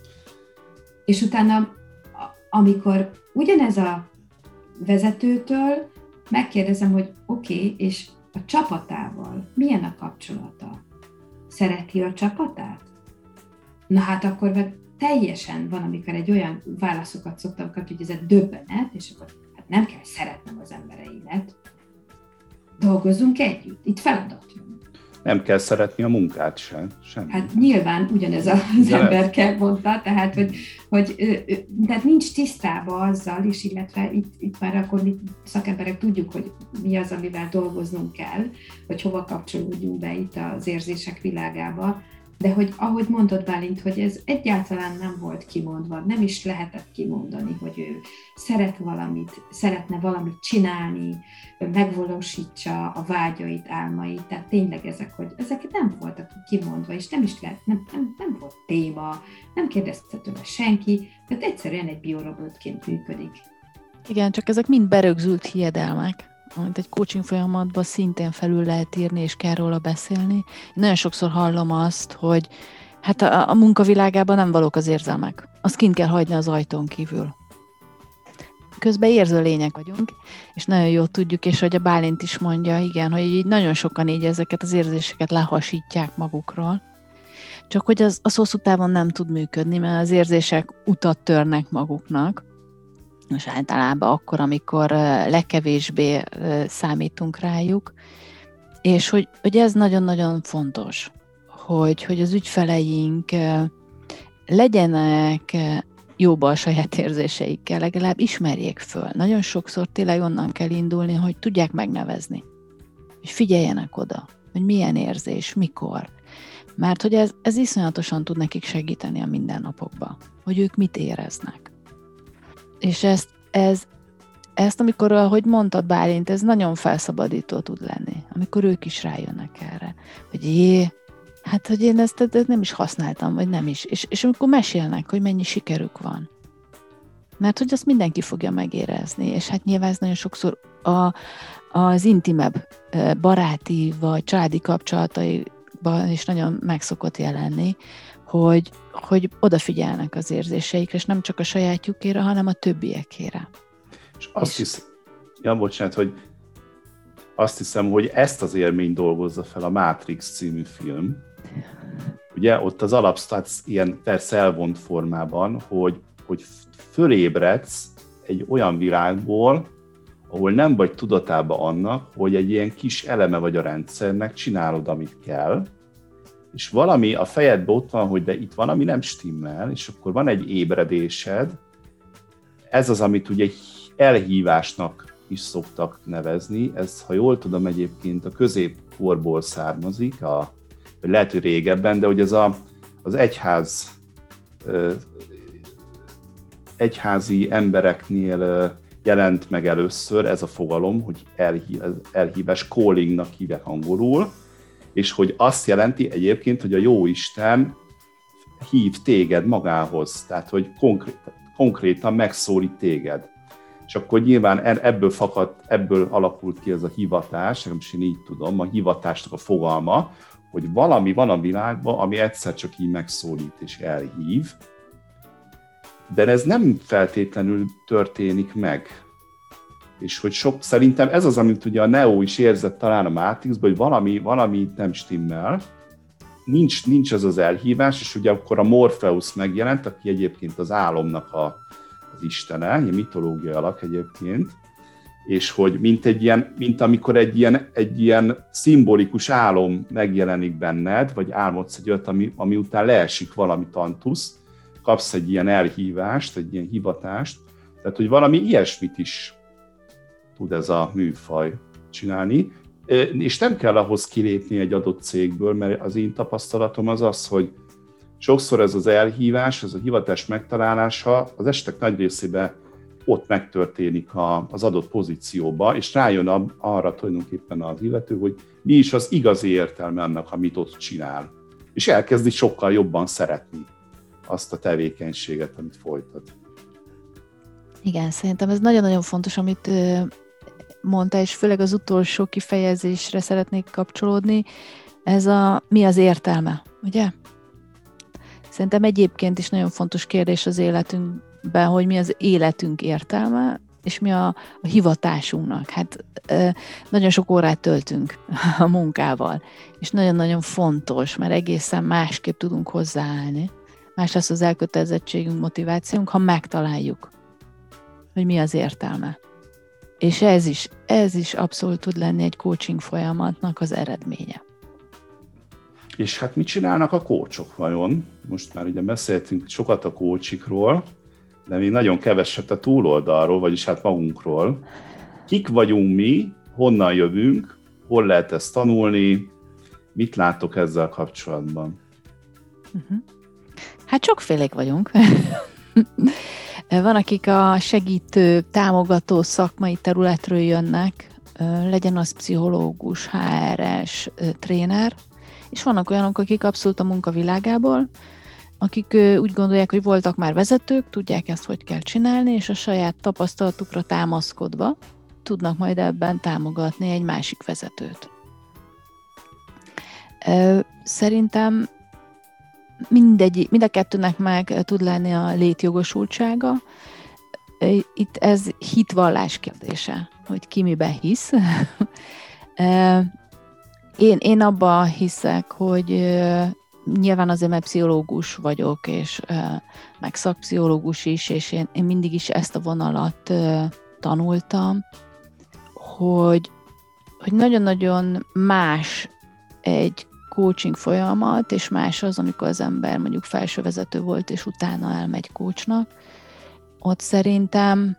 És utána, amikor ugyanez a vezetőtől megkérdezem, hogy oké, okay, és a csapatával milyen a kapcsolata? Szereti a csapatát? Na hát akkor meg teljesen van, amikor egy olyan válaszokat szoktam kapni, hogy ez egy döbbenet, és akkor hát nem kell szeretnem az embereimet. Dolgozzunk együtt, itt feladatunk. Nem kell szeretni a munkát sem. Semmi. Hát nyilván ugyanez az De emberke mondta, tehát, hogy, hogy tehát nincs tisztában azzal is, illetve itt, itt már akkor mi szakemberek tudjuk, hogy mi az, amivel dolgoznunk kell, hogy hova kapcsolódjunk be itt az érzések világába, de hogy ahogy mondod, Bálint, hogy ez egyáltalán nem volt kimondva, nem is lehetett kimondani, hogy ő szeret valamit, szeretne valamit csinálni, megvalósítsa a vágyait, álmait, tehát tényleg ezek, hogy ezek nem voltak kimondva, és nem is lehet, nem, nem, nem volt téma, nem kérdezte tőle senki, tehát egyszerűen egy biorobotként működik. Igen, csak ezek mind berögzült hiedelmek, amit egy coaching folyamatban szintén felül lehet írni, és kell róla beszélni. Én nagyon sokszor hallom azt, hogy hát a, a munkavilágában nem valók az érzelmek. Azt kint kell hagyni az ajtón kívül. Közben érző lények vagyunk, és nagyon jól tudjuk, és hogy a Bálint is mondja, igen, hogy így nagyon sokan így ezeket az érzéseket lehasítják magukról. Csak hogy az, az hosszú távon nem tud működni, mert az érzések utat törnek maguknak, és általában akkor, amikor legkevésbé számítunk rájuk, és hogy, hogy ez nagyon-nagyon fontos, hogy, hogy az ügyfeleink legyenek jóba a saját érzéseikkel, legalább ismerjék föl. Nagyon sokszor tényleg onnan kell indulni, hogy tudják megnevezni, hogy figyeljenek oda, hogy milyen érzés, mikor. Mert hogy ez, ez iszonyatosan tud nekik segíteni a mindennapokban, hogy ők mit éreznek. És ezt, ez, ezt, amikor, ahogy mondtad, Bálint, ez nagyon felszabadító tud lenni, amikor ők is rájönnek erre, hogy jé, hát, hogy én ezt, ezt nem is használtam, vagy nem is. És, és amikor mesélnek, hogy mennyi sikerük van. Mert hogy azt mindenki fogja megérezni, és hát nyilván ez nagyon sokszor a, az intimebb baráti vagy családi kapcsolataiban is nagyon meg szokott jelenni, hogy, hogy odafigyelnek az érzéseikre, és nem csak a sajátjukére, hanem a többiekére. És azt hiszem, ja, bocsánat, hogy azt hiszem, hogy ezt az élményt dolgozza fel a Matrix című film. Ugye ott az alapsztács ilyen persze elvont formában, hogy, hogy fölébredsz egy olyan világból, ahol nem vagy tudatában annak, hogy egy ilyen kis eleme vagy a rendszernek, csinálod, amit kell, és valami a fejedben ott van, hogy de itt valami nem stimmel, és akkor van egy ébredésed, ez az, amit ugye elhívásnak is szoktak nevezni, ez, ha jól tudom, egyébként a középkorból származik, a, vagy lehet, hogy régebben, de hogy ez a, az egyház, egyházi embereknél jelent meg először ez a fogalom, hogy elhív, elhívás, callingnak hívják angolul, és hogy azt jelenti egyébként, hogy a Jóisten hív téged magához, tehát hogy konkrét, konkrétan megszólít téged. És akkor nyilván ebből fakadt, ebből alakult ki ez a hivatás, legalábbis én így tudom, a hivatásnak a fogalma, hogy valami van a világban, ami egyszer csak így megszólít és elhív, de ez nem feltétlenül történik meg. És hogy sok, szerintem ez az, amit ugye a Neo is érzett talán a Matrixban, hogy valami, valami nem stimmel, nincs, nincs ez az elhívás, és ugye akkor a Morpheus megjelent, aki egyébként az álomnak a, az istene, ilyen mitológiai alak egyébként, és hogy mint, egy ilyen, mint amikor egy ilyen, egy ilyen szimbolikus álom megjelenik benned, vagy álmodsz egy olyat, ami, ami után leesik valami tantusz, kapsz egy ilyen elhívást, egy ilyen hivatást, tehát hogy valami ilyesmit is tud ez a műfaj csinálni, és nem kell ahhoz kilépni egy adott cégből, mert az én tapasztalatom az az, hogy sokszor ez az elhívás, ez a hivatás megtalálása az esetek nagy részében ott megtörténik az adott pozícióba, és rájön arra tulajdonképpen az illető, hogy mi is az igazi értelme annak, amit ott csinál. És elkezdi sokkal jobban szeretni azt a tevékenységet, amit folytat. Igen, szerintem ez nagyon-nagyon fontos, amit mondta, és főleg az utolsó kifejezésre szeretnék kapcsolódni, ez a mi az értelme, ugye? Szerintem egyébként is nagyon fontos kérdés az életünkben, hogy mi az életünk értelme, és mi a, a hivatásunknak. Hát nagyon sok órát töltünk a munkával, és nagyon-nagyon fontos, mert egészen másképp tudunk hozzáállni. Más lesz az elkötelezettségünk, motivációnk, ha megtaláljuk, hogy mi az értelme. És ez is, ez is abszolút tud lenni egy coaching folyamatnak az eredménye. És hát mit csinálnak a coachok vajon? Most már ugye beszéltünk sokat a coachikról, de még nagyon keveset a túloldalról, vagyis hát magunkról. Kik vagyunk mi, honnan jövünk, hol lehet ezt tanulni, mit látok ezzel kapcsolatban? Uh-huh. Hát sokfélék vagyunk. Van, akik a segítő, támogató szakmai területről jönnek, legyen az pszichológus, há er es, tréner, és vannak olyanok, akik abszolút a munkavilágából, akik úgy gondolják, hogy voltak már vezetők, tudják ezt, hogy kell csinálni, és a saját tapasztalatukra támaszkodva tudnak majd ebben támogatni egy másik vezetőt. Szerintem mindegy, mind a kettőnek meg tud lenni a létjogosultsága. Itt ez hitvallás kérdése, hogy ki miben hisz. Én, én abban hiszek, hogy nyilván azért, mert pszichológus vagyok, és meg szakpszichológus is, és én, én mindig is ezt a vonalat tanultam, hogy, hogy nagyon-nagyon más egy coaching folyamat, és más az, amikor az ember mondjuk felsővezető volt, és utána elmegy coachnak. Ott szerintem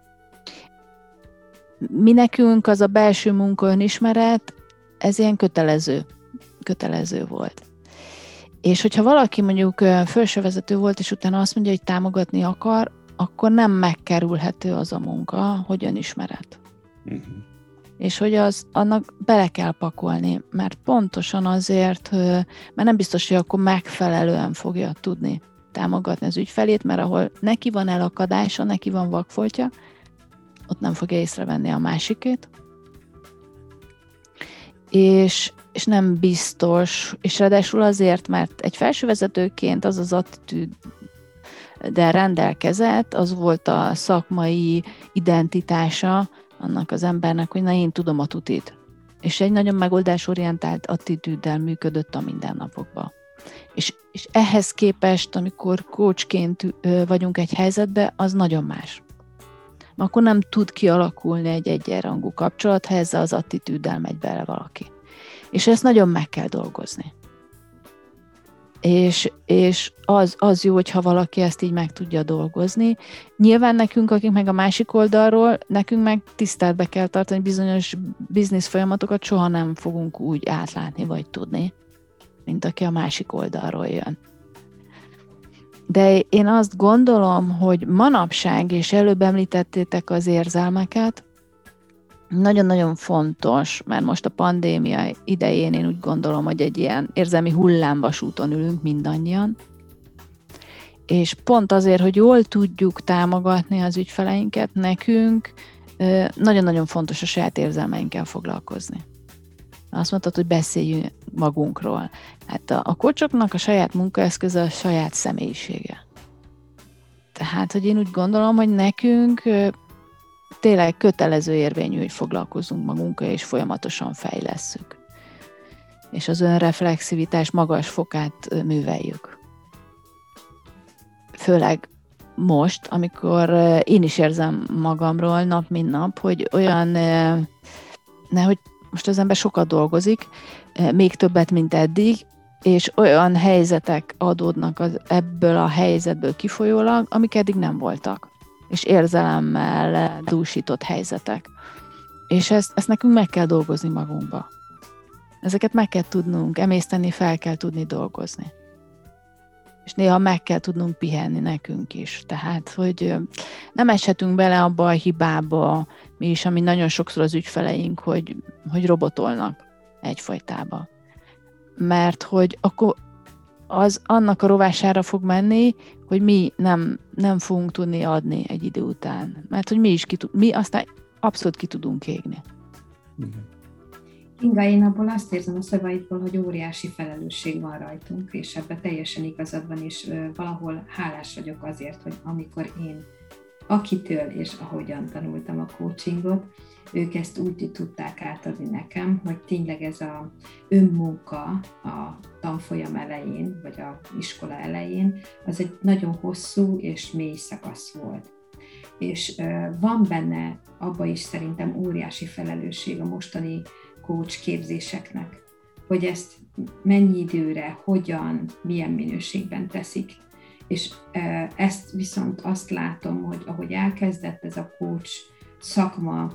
mi nekünk az a belső munka önismeret, ez ilyen kötelező, kötelező volt. És hogyha valaki mondjuk felsővezető volt, és utána azt mondja, hogy támogatni akar, akkor nem megkerülhető az a munka, hogy önismeret. Uh-huh. És hogy az, annak bele kell pakolni, mert pontosan azért, mert nem biztos, hogy akkor megfelelően fogja tudni támogatni az ügyfelét, mert ahol neki van elakadása, neki van vakfoltja, ott nem fogja észrevenni a másikét, és, és nem biztos, és ráadásul azért, mert egy felsővezetőként az az attitűddel rendelkezett, az volt a szakmai identitása annak az embernek, hogy na én tudom a tutit. És egy nagyon megoldásorientált attitűddel működött a mindennapokban. És, és ehhez képest, amikor coachként vagyunk egy helyzetben, az nagyon más. Akkor nem tud kialakulni egy egyenrangú kapcsolat, ha ezzel az attitűddel megy bele valaki. És ezt nagyon meg kell dolgozni. És, és az, az jó, hogyha valaki ezt így meg tudja dolgozni. Nyilván nekünk, akik meg a másik oldalról, nekünk meg tiszteletbe kell tartani, bizonyos biznisz folyamatokat soha nem fogunk úgy átlátni vagy tudni, mint aki a másik oldalról jön. De én azt gondolom, hogy manapság, és előbb említettétek az érzelmeket, nagyon-nagyon fontos, mert most a pandémia idején én úgy gondolom, hogy egy ilyen érzelmi hullámvasúton ülünk mindannyian, és pont azért, hogy jól tudjuk támogatni az ügyfeleinket, nekünk nagyon-nagyon fontos a saját érzelmeinkkel foglalkozni. Azt mondtad, hogy beszéljünk magunkról. Hát a, a coachoknak a saját munkaeszköze a saját személyisége. Tehát, hogy én úgy gondolom, hogy nekünk tényleg kötelező érvényű, hogy foglalkozunk magunkkal, és folyamatosan fejlesszük. És az önreflexivitás magas fokát műveljük. Főleg most, amikor én is érzem magamról nap, mint nap, hogy olyan, nehogy most az ember sokat dolgozik, még többet, mint eddig, és olyan helyzetek adódnak az, ebből a helyzetből kifolyólag, amik eddig nem voltak. És érzelemmel dúsított helyzetek. És ezt, ezt nekünk meg kell dolgozni magunkba. Ezeket meg kell tudnunk emészteni, fel kell tudni dolgozni. És néha meg kell tudnunk pihenni nekünk is. Tehát, hogy nem eshetünk bele abba a hibába, mi is, ami nagyon sokszor az ügyfeleink, hogy, hogy robotolnak egyfajtába. Mert hogy akkor az annak a rovására fog menni, hogy mi nem, nem fogunk tudni adni egy idő után. Mert hogy mi is ki, mi aztán abszolút ki tudunk égni. Inga, én abból azt érzem a szavaidból, hogy óriási felelősség van rajtunk, és ebben teljesen igazad van, és valahol hálás vagyok azért, hogy amikor én akitől és ahogyan tanultam a coachingot, ők ezt úgy tudták átadni nekem, hogy tényleg ez az önmunka a tanfolyam elején, vagy az iskola elején, az egy nagyon hosszú és mély szakasz volt. És van benne abban is szerintem óriási felelősség a mostani coach képzéseknek, hogy ezt mennyi időre, hogyan, milyen minőségben teszik. És ezt viszont azt látom, hogy ahogy elkezdett ez a coach szakma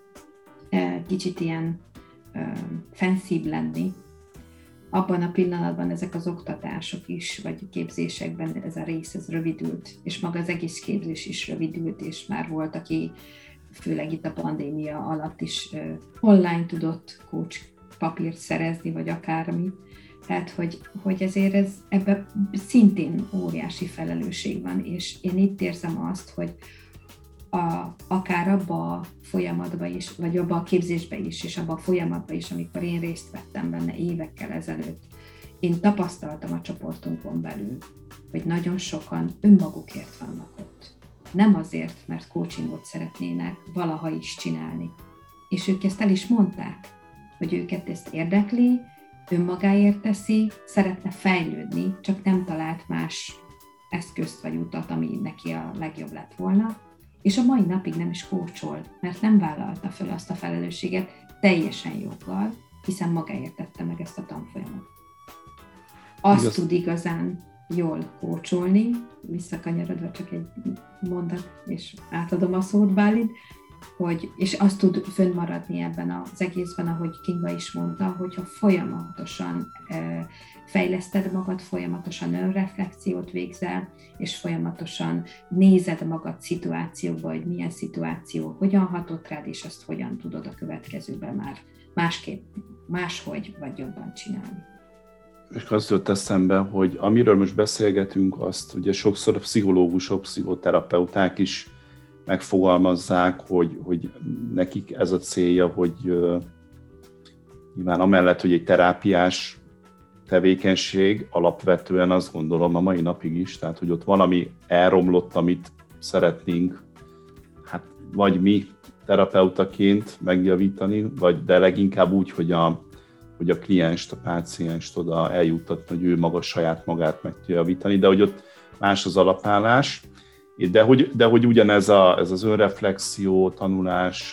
kicsit ilyen fancybb lenni, abban a pillanatban ezek az oktatások is, vagy képzésekben ez a rész, ez rövidült, és maga az egész képzés is rövidült, és már volt, aki főleg itt a pandémia alatt is online tudott coach papírt szerezni, vagy akármi. Tehát, hogy, hogy ezért ez, ebben szintén óriási felelősség van, és én itt érzem azt, hogy a, akár abba a folyamatba is, vagy abba a képzésbe is, és abba a folyamatba is, amikor én részt vettem benne évekkel ezelőtt, én tapasztaltam a csoportunkon belül, hogy nagyon sokan önmagukért vannak ott. Nem azért, mert coachingot szeretnének valaha is csinálni. És ők ezt el is mondták, hogy őket ezt érdekli, önmagáért teszi, szeretne fejlődni, csak nem talált más eszközt vagy utat, ami neki a legjobb lett volna, és a mai napig nem is coachol, mert nem vállalta fel azt a felelősséget teljesen joggal, hiszen magáért tette meg ezt a tanfolyamot. Azt Igaz. tud igazán jól coacholni, visszakanyarodva csak egy mondat, és átadom a szót Bálint, hogy, és azt tud fönnmaradni ebben az egészben, ahogy Kinga is mondta, hogyha folyamatosan e, fejleszted magad, folyamatosan önreflexiót végzel, és folyamatosan nézed magad szituációba, hogy milyen szituáció hogyan hatott rád, és azt hogyan tudod a következőben már másképp, máshogy vagy jobban csinálni. És azt jött eszembe, hogy amiről most beszélgetünk, azt ugye sokszor a pszichológusok, pszichoterapeuták is megfogalmazzák, hogy, hogy nekik ez a célja, hogy Nyilván amellett, hogy egy terápiás tevékenység, alapvetően azt gondolom a mai napig is, tehát hogy ott valami elromlott, amit szeretnénk, hát vagy mi terapeutaként megjavítani, vagy de leginkább úgy, hogy a, hogy a klienst, a pácienst oda eljuttatni, hogy ő maga saját magát meg tudja javítani, de hogy ott más az alapállás, de hogy, de hogy ugyanez a, ez az önreflexió, tanulás,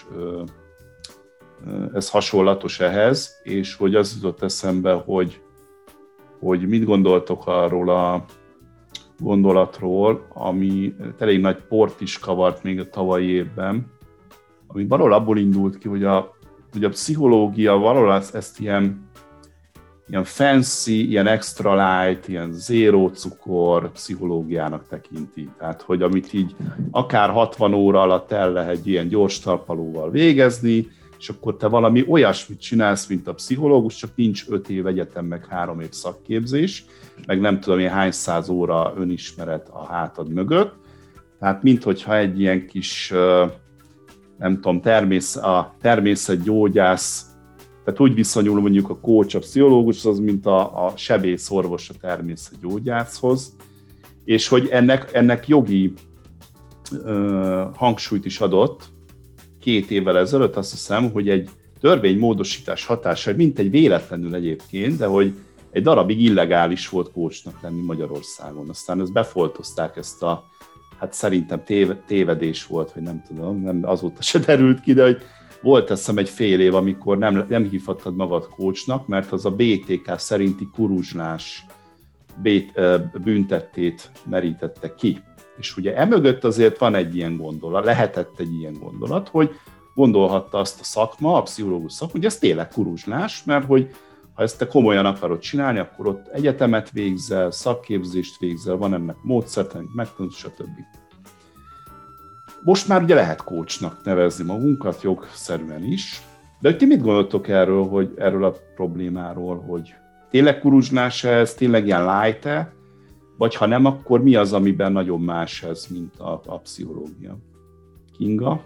ez hasonlatos ehhez, és hogy az jutott eszembe, hogy, hogy mit gondoltok arról a gondolatról, ami elég nagy port is kavart még a tavalyi évben, ami valahol abból indult ki, hogy a, hogy a pszichológia valahol ezt, ezt ilyen, ilyen fancy, ilyen extra light, ilyen zéró cukor pszichológiának tekinti. Tehát, hogy amit így akár hatvan óra alatt el lehet ilyen gyors talpalóval végezni, és akkor te valami olyasmit csinálsz, mint a pszichológus, csak nincs öt év egyetem, meg három év szakképzés, meg nem tudom én hány száz óra önismeret a hátad mögött. Tehát minthogyha egy ilyen kis, nem tudom, termész, a természetgyógyász, tehát úgy viszonyul mondjuk a coach, a pszichológus, az mint a, a sebészorvos a természetgyógyászhoz, és hogy ennek, ennek jogi ö, hangsúlyt is adott, két évvel ezelőtt azt hiszem, hogy egy törvénymódosítás hatása, mint egy véletlenül egyébként, de hogy egy darabig illegális volt coachnak lenni Magyarországon. Aztán ezt befoltozták, ezt a, hát szerintem tév, tévedés volt, vagy nem tudom, nem, azóta se derült ki, de hogy volt azt hiszem egy fél év, amikor nem, nem hívhattad magad coachnak, mert az a bé té ká szerinti kuruzslás büntettét merítette ki. És ugye emögött azért van egy ilyen gondolat, lehetett egy ilyen gondolat, hogy gondolhatta azt a szakma, a pszichológus szakma, hogy ez tényleg kuruzslás, mert hogy ha ezt te komolyan akarod csinálni, akkor ott egyetemet végzel, szakképzést végzel, van ennek módszertanít, megtanult, stb. Most már ugye lehet coachnak nevezni magunkat, jogszerűen is, de hogy ti mit gondoltok erről, hogy erről a problémáról, hogy tényleg kuruzslás ez, tényleg ilyen light-e, vagy ha nem, akkor mi az, amiben nagyon más ez, mint a, a pszichológia? Kinga?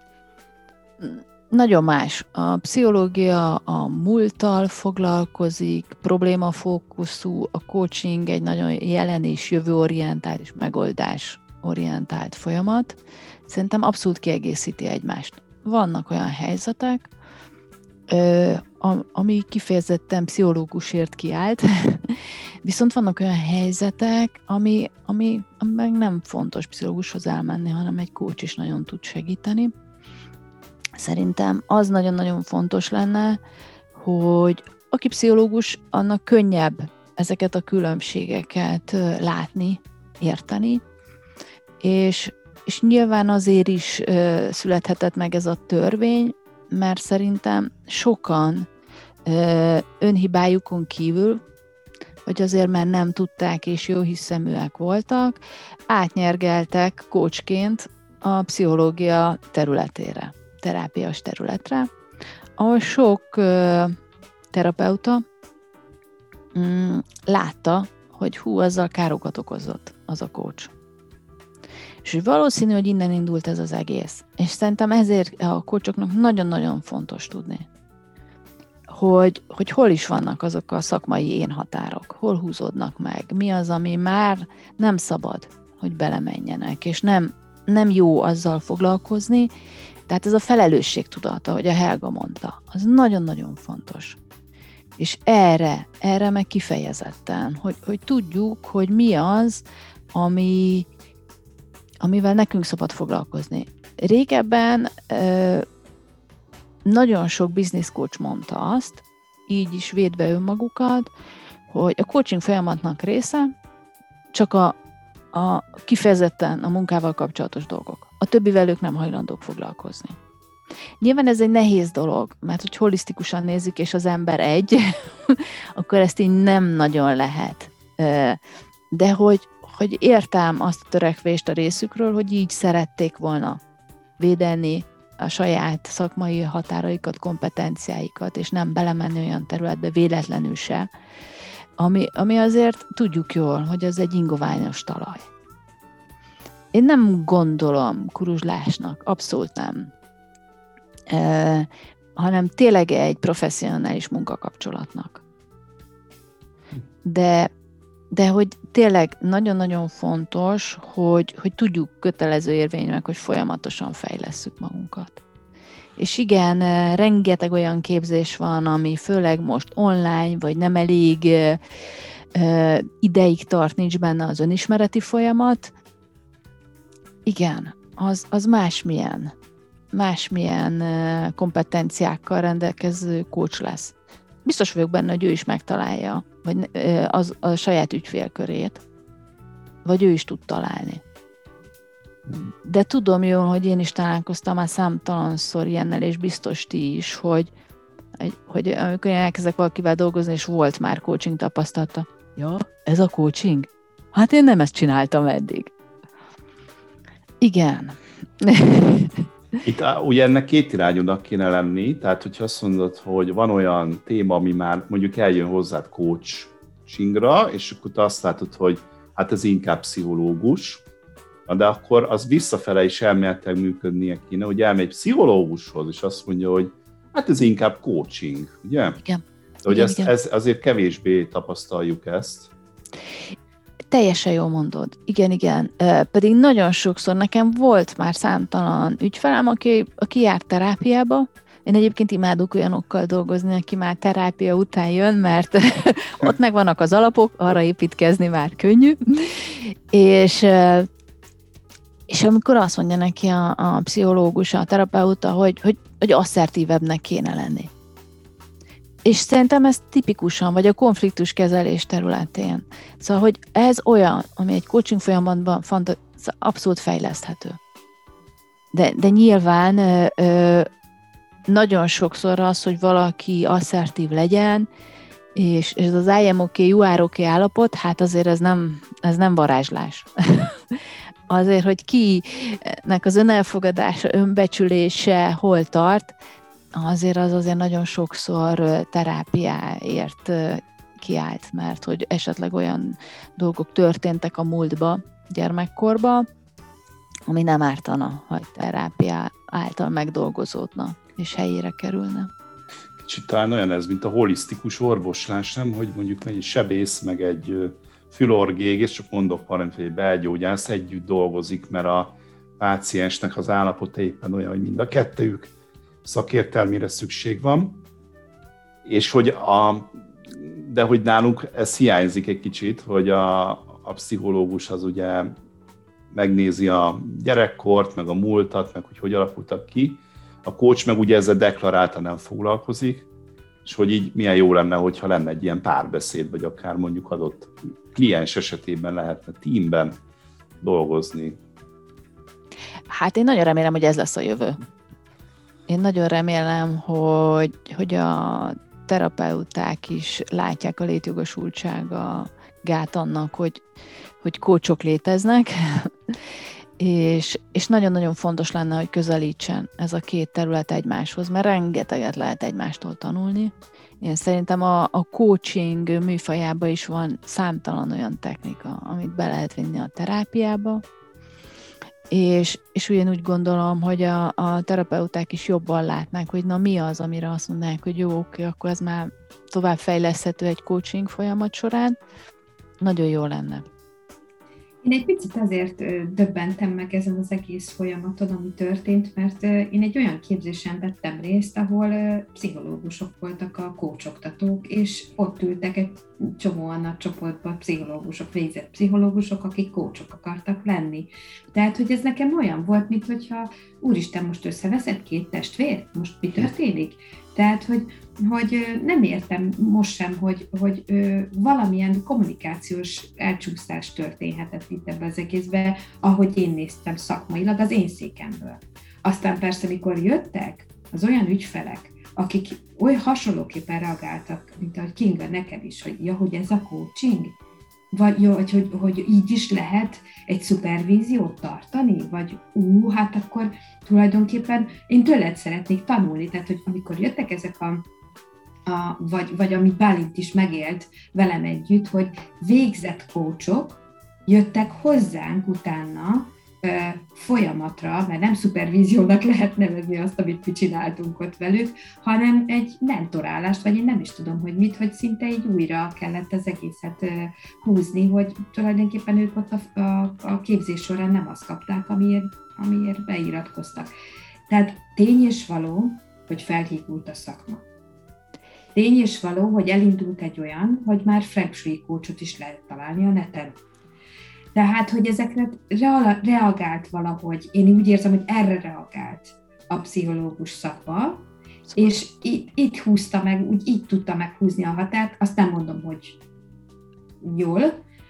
Nagyon más. A pszichológia a múlttal foglalkozik, problémafókuszú, a coaching egy nagyon jelen és jövőorientált és megoldásorientált folyamat. Szerintem abszolút kiegészíti egymást. Vannak olyan helyzetek, ami kifejezetten pszichológusért kiállt, viszont vannak olyan helyzetek, ami, ami, ami meg nem fontos pszichológushoz elmenni, hanem egy coach is nagyon tud segíteni. Szerintem az nagyon-nagyon fontos lenne, hogy aki pszichológus, annak könnyebb ezeket a különbségeket látni, érteni, és, és nyilván azért is uh, születhetett meg ez a törvény, mert szerintem sokan uh, önhibájukon kívül, vagy azért, mert nem tudták és jóhiszeműek voltak, átnyergeltek coachként a pszichológia területére, terápiás területre, ahol sok uh, terapeuta um, látta, hogy hú, azzal károkat okozott az a coach. És valószínű, hogy innen indult ez az egész. És szerintem ezért a coachoknak nagyon-nagyon fontos tudni, hogy, hogy hol is vannak azok a szakmai énhatárok, hol húzódnak meg, mi az, ami már nem szabad, hogy belemenjenek, és nem, nem jó azzal foglalkozni. Tehát ez a felelősségtudat, ahogy a Helga mondta, az nagyon-nagyon fontos. És erre, erre meg kifejezetten, hogy, hogy tudjuk, hogy mi az, ami, amivel nekünk szabad foglalkozni. Régebben nagyon sok business coach mondta azt, így is védve önmagukat, hogy a coaching folyamatnak része csak a, a kifejezetten a munkával kapcsolatos dolgok. A többivel ők nem hajlandók foglalkozni. Nyilván ez egy nehéz dolog, mert hogy holisztikusan nézzük, és az ember egy, akkor ezt így nem nagyon lehet. De hogy, hogy értem azt a törekvést a részükről, hogy így szerették volna védeni a saját szakmai határaikat, kompetenciáikat, és nem belemenni olyan területbe véletlenül se, ami, ami azért tudjuk jól, hogy az egy ingoványos talaj. Én nem gondolom kuruzslásnak, abszolút nem. E, hanem tényleg egy professzionális munkakapcsolatnak. De, de hogy tényleg nagyon-nagyon fontos, hogy, hogy tudjuk kötelező érvényűek, hogy folyamatosan fejlesszük magunkat. És igen, rengeteg olyan képzés van, ami főleg most online, vagy nem elég ideig tart, nincs benne az önismereti folyamat. Igen, az, az másmilyen, másmilyen kompetenciákkal rendelkező coach lesz. Biztos vagyok benne, hogy ő is megtalálja, vagy az, a saját ügyfélkörét, vagy ő is tud találni. De tudom jól, hogy én is találkoztam már számtalanszor ilyennel, és biztos ti is, hogy, hogy amikor én elkezdek valakivel dolgozni, és volt már coaching tapasztalata. Ja, ez a coaching? Hát én nem ezt csináltam eddig. Igen. Itt ugye ennek két irányúnak kéne lenni, tehát hogyha azt mondod, hogy van olyan téma, ami már mondjuk eljön hozzád coachingra, és akkor te azt látod, hogy hát ez inkább pszichológus, de akkor az visszafele is elméletileg működnie kéne, hogy elmegy pszichológushoz, és azt mondja, hogy hát ez inkább coaching, ugye? Igen. De hogy igen, ezt, igen. Ez, azért kevésbé tapasztaljuk ezt. Teljesen jól mondod. Igen, igen. Pedig nagyon sokszor nekem volt már számtalan ügyfelem, aki, aki járt terápiába. Én egyébként imádok olyanokkal dolgozni, aki már terápia után jön, mert ott megvannak az alapok, arra építkezni már könnyű. És, és amikor azt mondja neki a, a pszichológus, a terapeuta, hogy, hogy, hogy asszertívebbnek kéne lenni. És szerintem ez tipikusan, vagy a konfliktuskezelés területén. Szóval, hogy ez olyan, ami egy coaching folyamatban fanta- abszolút fejleszthető. De, de nyilván ö, ö, nagyon sokszor az, hogy valaki asszertív legyen, és, és az I am okay, you are okay állapot, hát azért ez nem, ez nem varázslás. Azért, hogy kinek az önelfogadása, önbecsülése hol tart, azért az azért nagyon sokszor terápiáért kiállt, mert hogy esetleg olyan dolgok történtek a múltba, gyermekkorba, ami nem ártana, ha terápia által megdolgozódna, és helyére kerülne. Kicsit talán olyan ez, mint a holisztikus orvoslás, nem? Hogy mondjuk egy sebész, meg egy fülorgég, és csak mondok valamiféle belgyógyász együtt dolgozik, mert a páciensnek az állapota éppen olyan, hogy mind a kettőjük szakértelmére szükség van, és hogy a, de hogy nálunk ez hiányzik egy kicsit, hogy a, a pszichológus az ugye megnézi a gyerekkort, meg a múltat, meg hogy hogy alakultak ki, a coach meg ugye ezzel deklaráltan nem foglalkozik, és hogy így milyen jó lenne, hogyha lenne egy ilyen párbeszéd, vagy akár mondjuk adott kliens esetében lehetne teamben dolgozni. Hát én nagyon remélem, hogy ez lesz a jövő. Én nagyon remélem, hogy, hogy a terapeuták is látják a létjogosultsága gát annak, hogy, hogy coachok léteznek, és, és nagyon-nagyon fontos lenne, hogy közelítsen ez a két terület egymáshoz, mert rengeteget lehet egymástól tanulni. Én szerintem a, a coaching műfajában is van számtalan olyan technika, amit be lehet vinni a terápiába, És, és ugyanúgy gondolom, hogy a, a terapeuták is jobban látnák, hogy na mi az, amire azt mondják, hogy jó, oké, akkor ez már továbbfejleszthető egy coaching folyamat során. Nagyon jó lenne. Én egy picit azért döbbentem meg ezen az egész folyamaton, ami történt, mert én egy olyan képzésen vettem részt, ahol pszichológusok voltak a coachoktatók, és ott ültek egy csomóan a csoportban pszichológusok, végzett pszichológusok, akik coachok akartak lenni. Tehát, hogy ez nekem olyan volt, mint hogyha úristen, most összeveszed két testvért? Most mi történik? Tehát, hogy, hogy nem értem most sem, hogy, hogy valamilyen kommunikációs elcsúszás történhetett itt ebben az egészben, ahogy én néztem szakmailag az én székemből. Aztán persze, mikor jöttek az olyan ügyfelek, akik oly hasonlóképpen reagáltak, mint ahogy Kinga neked is, hogy ja, hogy ez a coaching, vagy jó, hogy, hogy, hogy így is lehet egy szupervíziót tartani, vagy ú, hát akkor tulajdonképpen én tőled szeretnék tanulni, tehát hogy amikor jöttek ezek a, a vagy, vagy amit Bálint is megélt velem együtt, hogy végzett coachok jöttek hozzánk utána, folyamatra, mert nem szupervíziónak lehet nevezni azt, amit mi csináltunk ott velük, hanem egy mentorálást, vagy én nem is tudom, hogy mit, hogy szinte így újra kellett az egészet húzni, hogy tulajdonképpen ők ott a, a, a képzés során nem azt kapták, amiért, amiért beiratkoztak. Tehát tény és való, hogy felhígult a szakma. Tény és való, hogy elindult egy olyan, hogy már feng shui coachot is lehet találni a neten. Tehát, hogy ezekre reagált valahogy, én úgy érzem, hogy erre reagált a pszichológus szakma, és itt, itt húzta meg, úgy így tudta meghúzni a határt, azt nem mondom, hogy jól,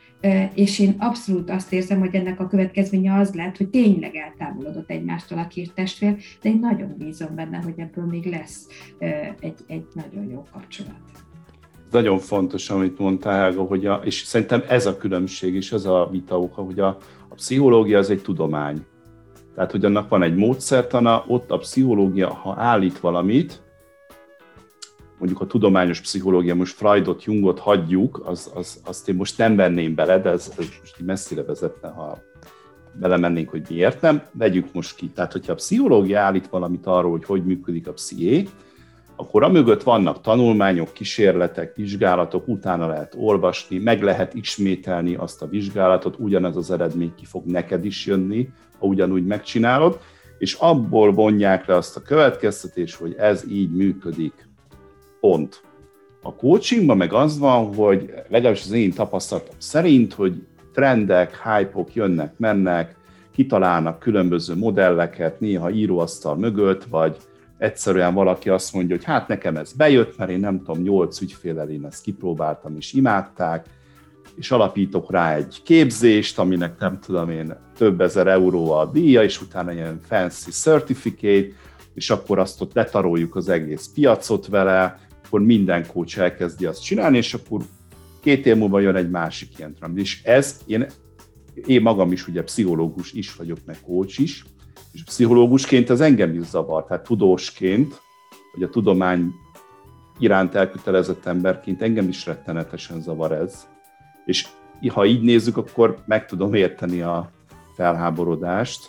és én abszolút azt érzem, hogy ennek a következménye az lett, hogy tényleg eltávolodott egymástól a két testvér, de én nagyon bízom benne, hogy ebből még lesz egy, egy nagyon jó kapcsolat. Nagyon fontos, amit mondtál, Helga, hogy a, és szerintem ez a különbség, és ez a vita oka, hogy a, a pszichológia az egy tudomány. Tehát, hogy annak van egy módszertana, ott a pszichológia, ha állít valamit, mondjuk a tudományos pszichológia, most Freudot, Jungot hagyjuk, az, az, azt én most nem venném bele, de ez, ez most így messzire vezetne, ha belemennénk, hogy miért nem, vegyük most ki. Tehát, hogyha a pszichológia állít valamit arról, hogy hogy működik a psziché, akkor amögött vannak tanulmányok, kísérletek, vizsgálatok, utána lehet olvasni, meg lehet ismételni azt a vizsgálatot, ugyanaz az eredmény ki fog neked is jönni, ha ugyanúgy megcsinálod, és abból vonják le azt a következtetést, hogy ez így működik. Pont. A coachingban meg az van, hogy legalábbis az én tapasztalatom szerint, hogy trendek, hype-ok jönnek, mennek, kitalálnak különböző modelleket, néha íróasztal mögött, vagy egyszerűen valaki azt mondja, hogy hát nekem ez bejött, mert én nem tudom, nyolc ügyféllel én ezt kipróbáltam és imádták, és alapítok rá egy képzést, aminek nem tudom én több ezer euró a díja, és utána ilyen fancy certificate, és akkor azt ott letaroljuk az egész piacot vele, akkor minden coach elkezdi azt csinálni, és akkor két év múlva jön egy másik ilyen trend. És ez, én, én magam is ugye pszichológus is vagyok, meg coach is, és pszichológusként ez engem is zavar, tehát tudósként, vagy a tudomány iránt elkötelezett emberként engem is rettenetesen zavar ez. És ha így nézzük, akkor meg tudom érteni a felháborodást.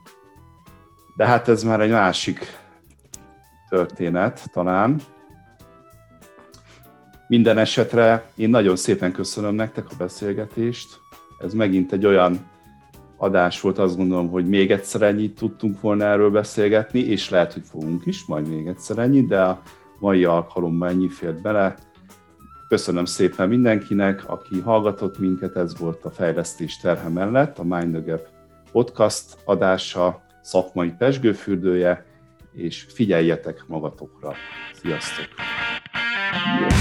De hát ez már egy másik történet talán. Minden esetre én nagyon szépen köszönöm nektek a beszélgetést. Ez megint egy olyan adás volt, azt gondolom, hogy még egyszer ennyit tudtunk volna erről beszélgetni, és lehet, hogy fogunk is, majd még egyszer ennyit, de a mai alkalommal ennyi fért bele. Köszönöm szépen mindenkinek, aki hallgatott minket, ez volt a Fejlesztés terhe mellett, a Mind the Gap podcast adása, szakmai pezsgőfürdője, és figyeljetek magatokra. Sziasztok!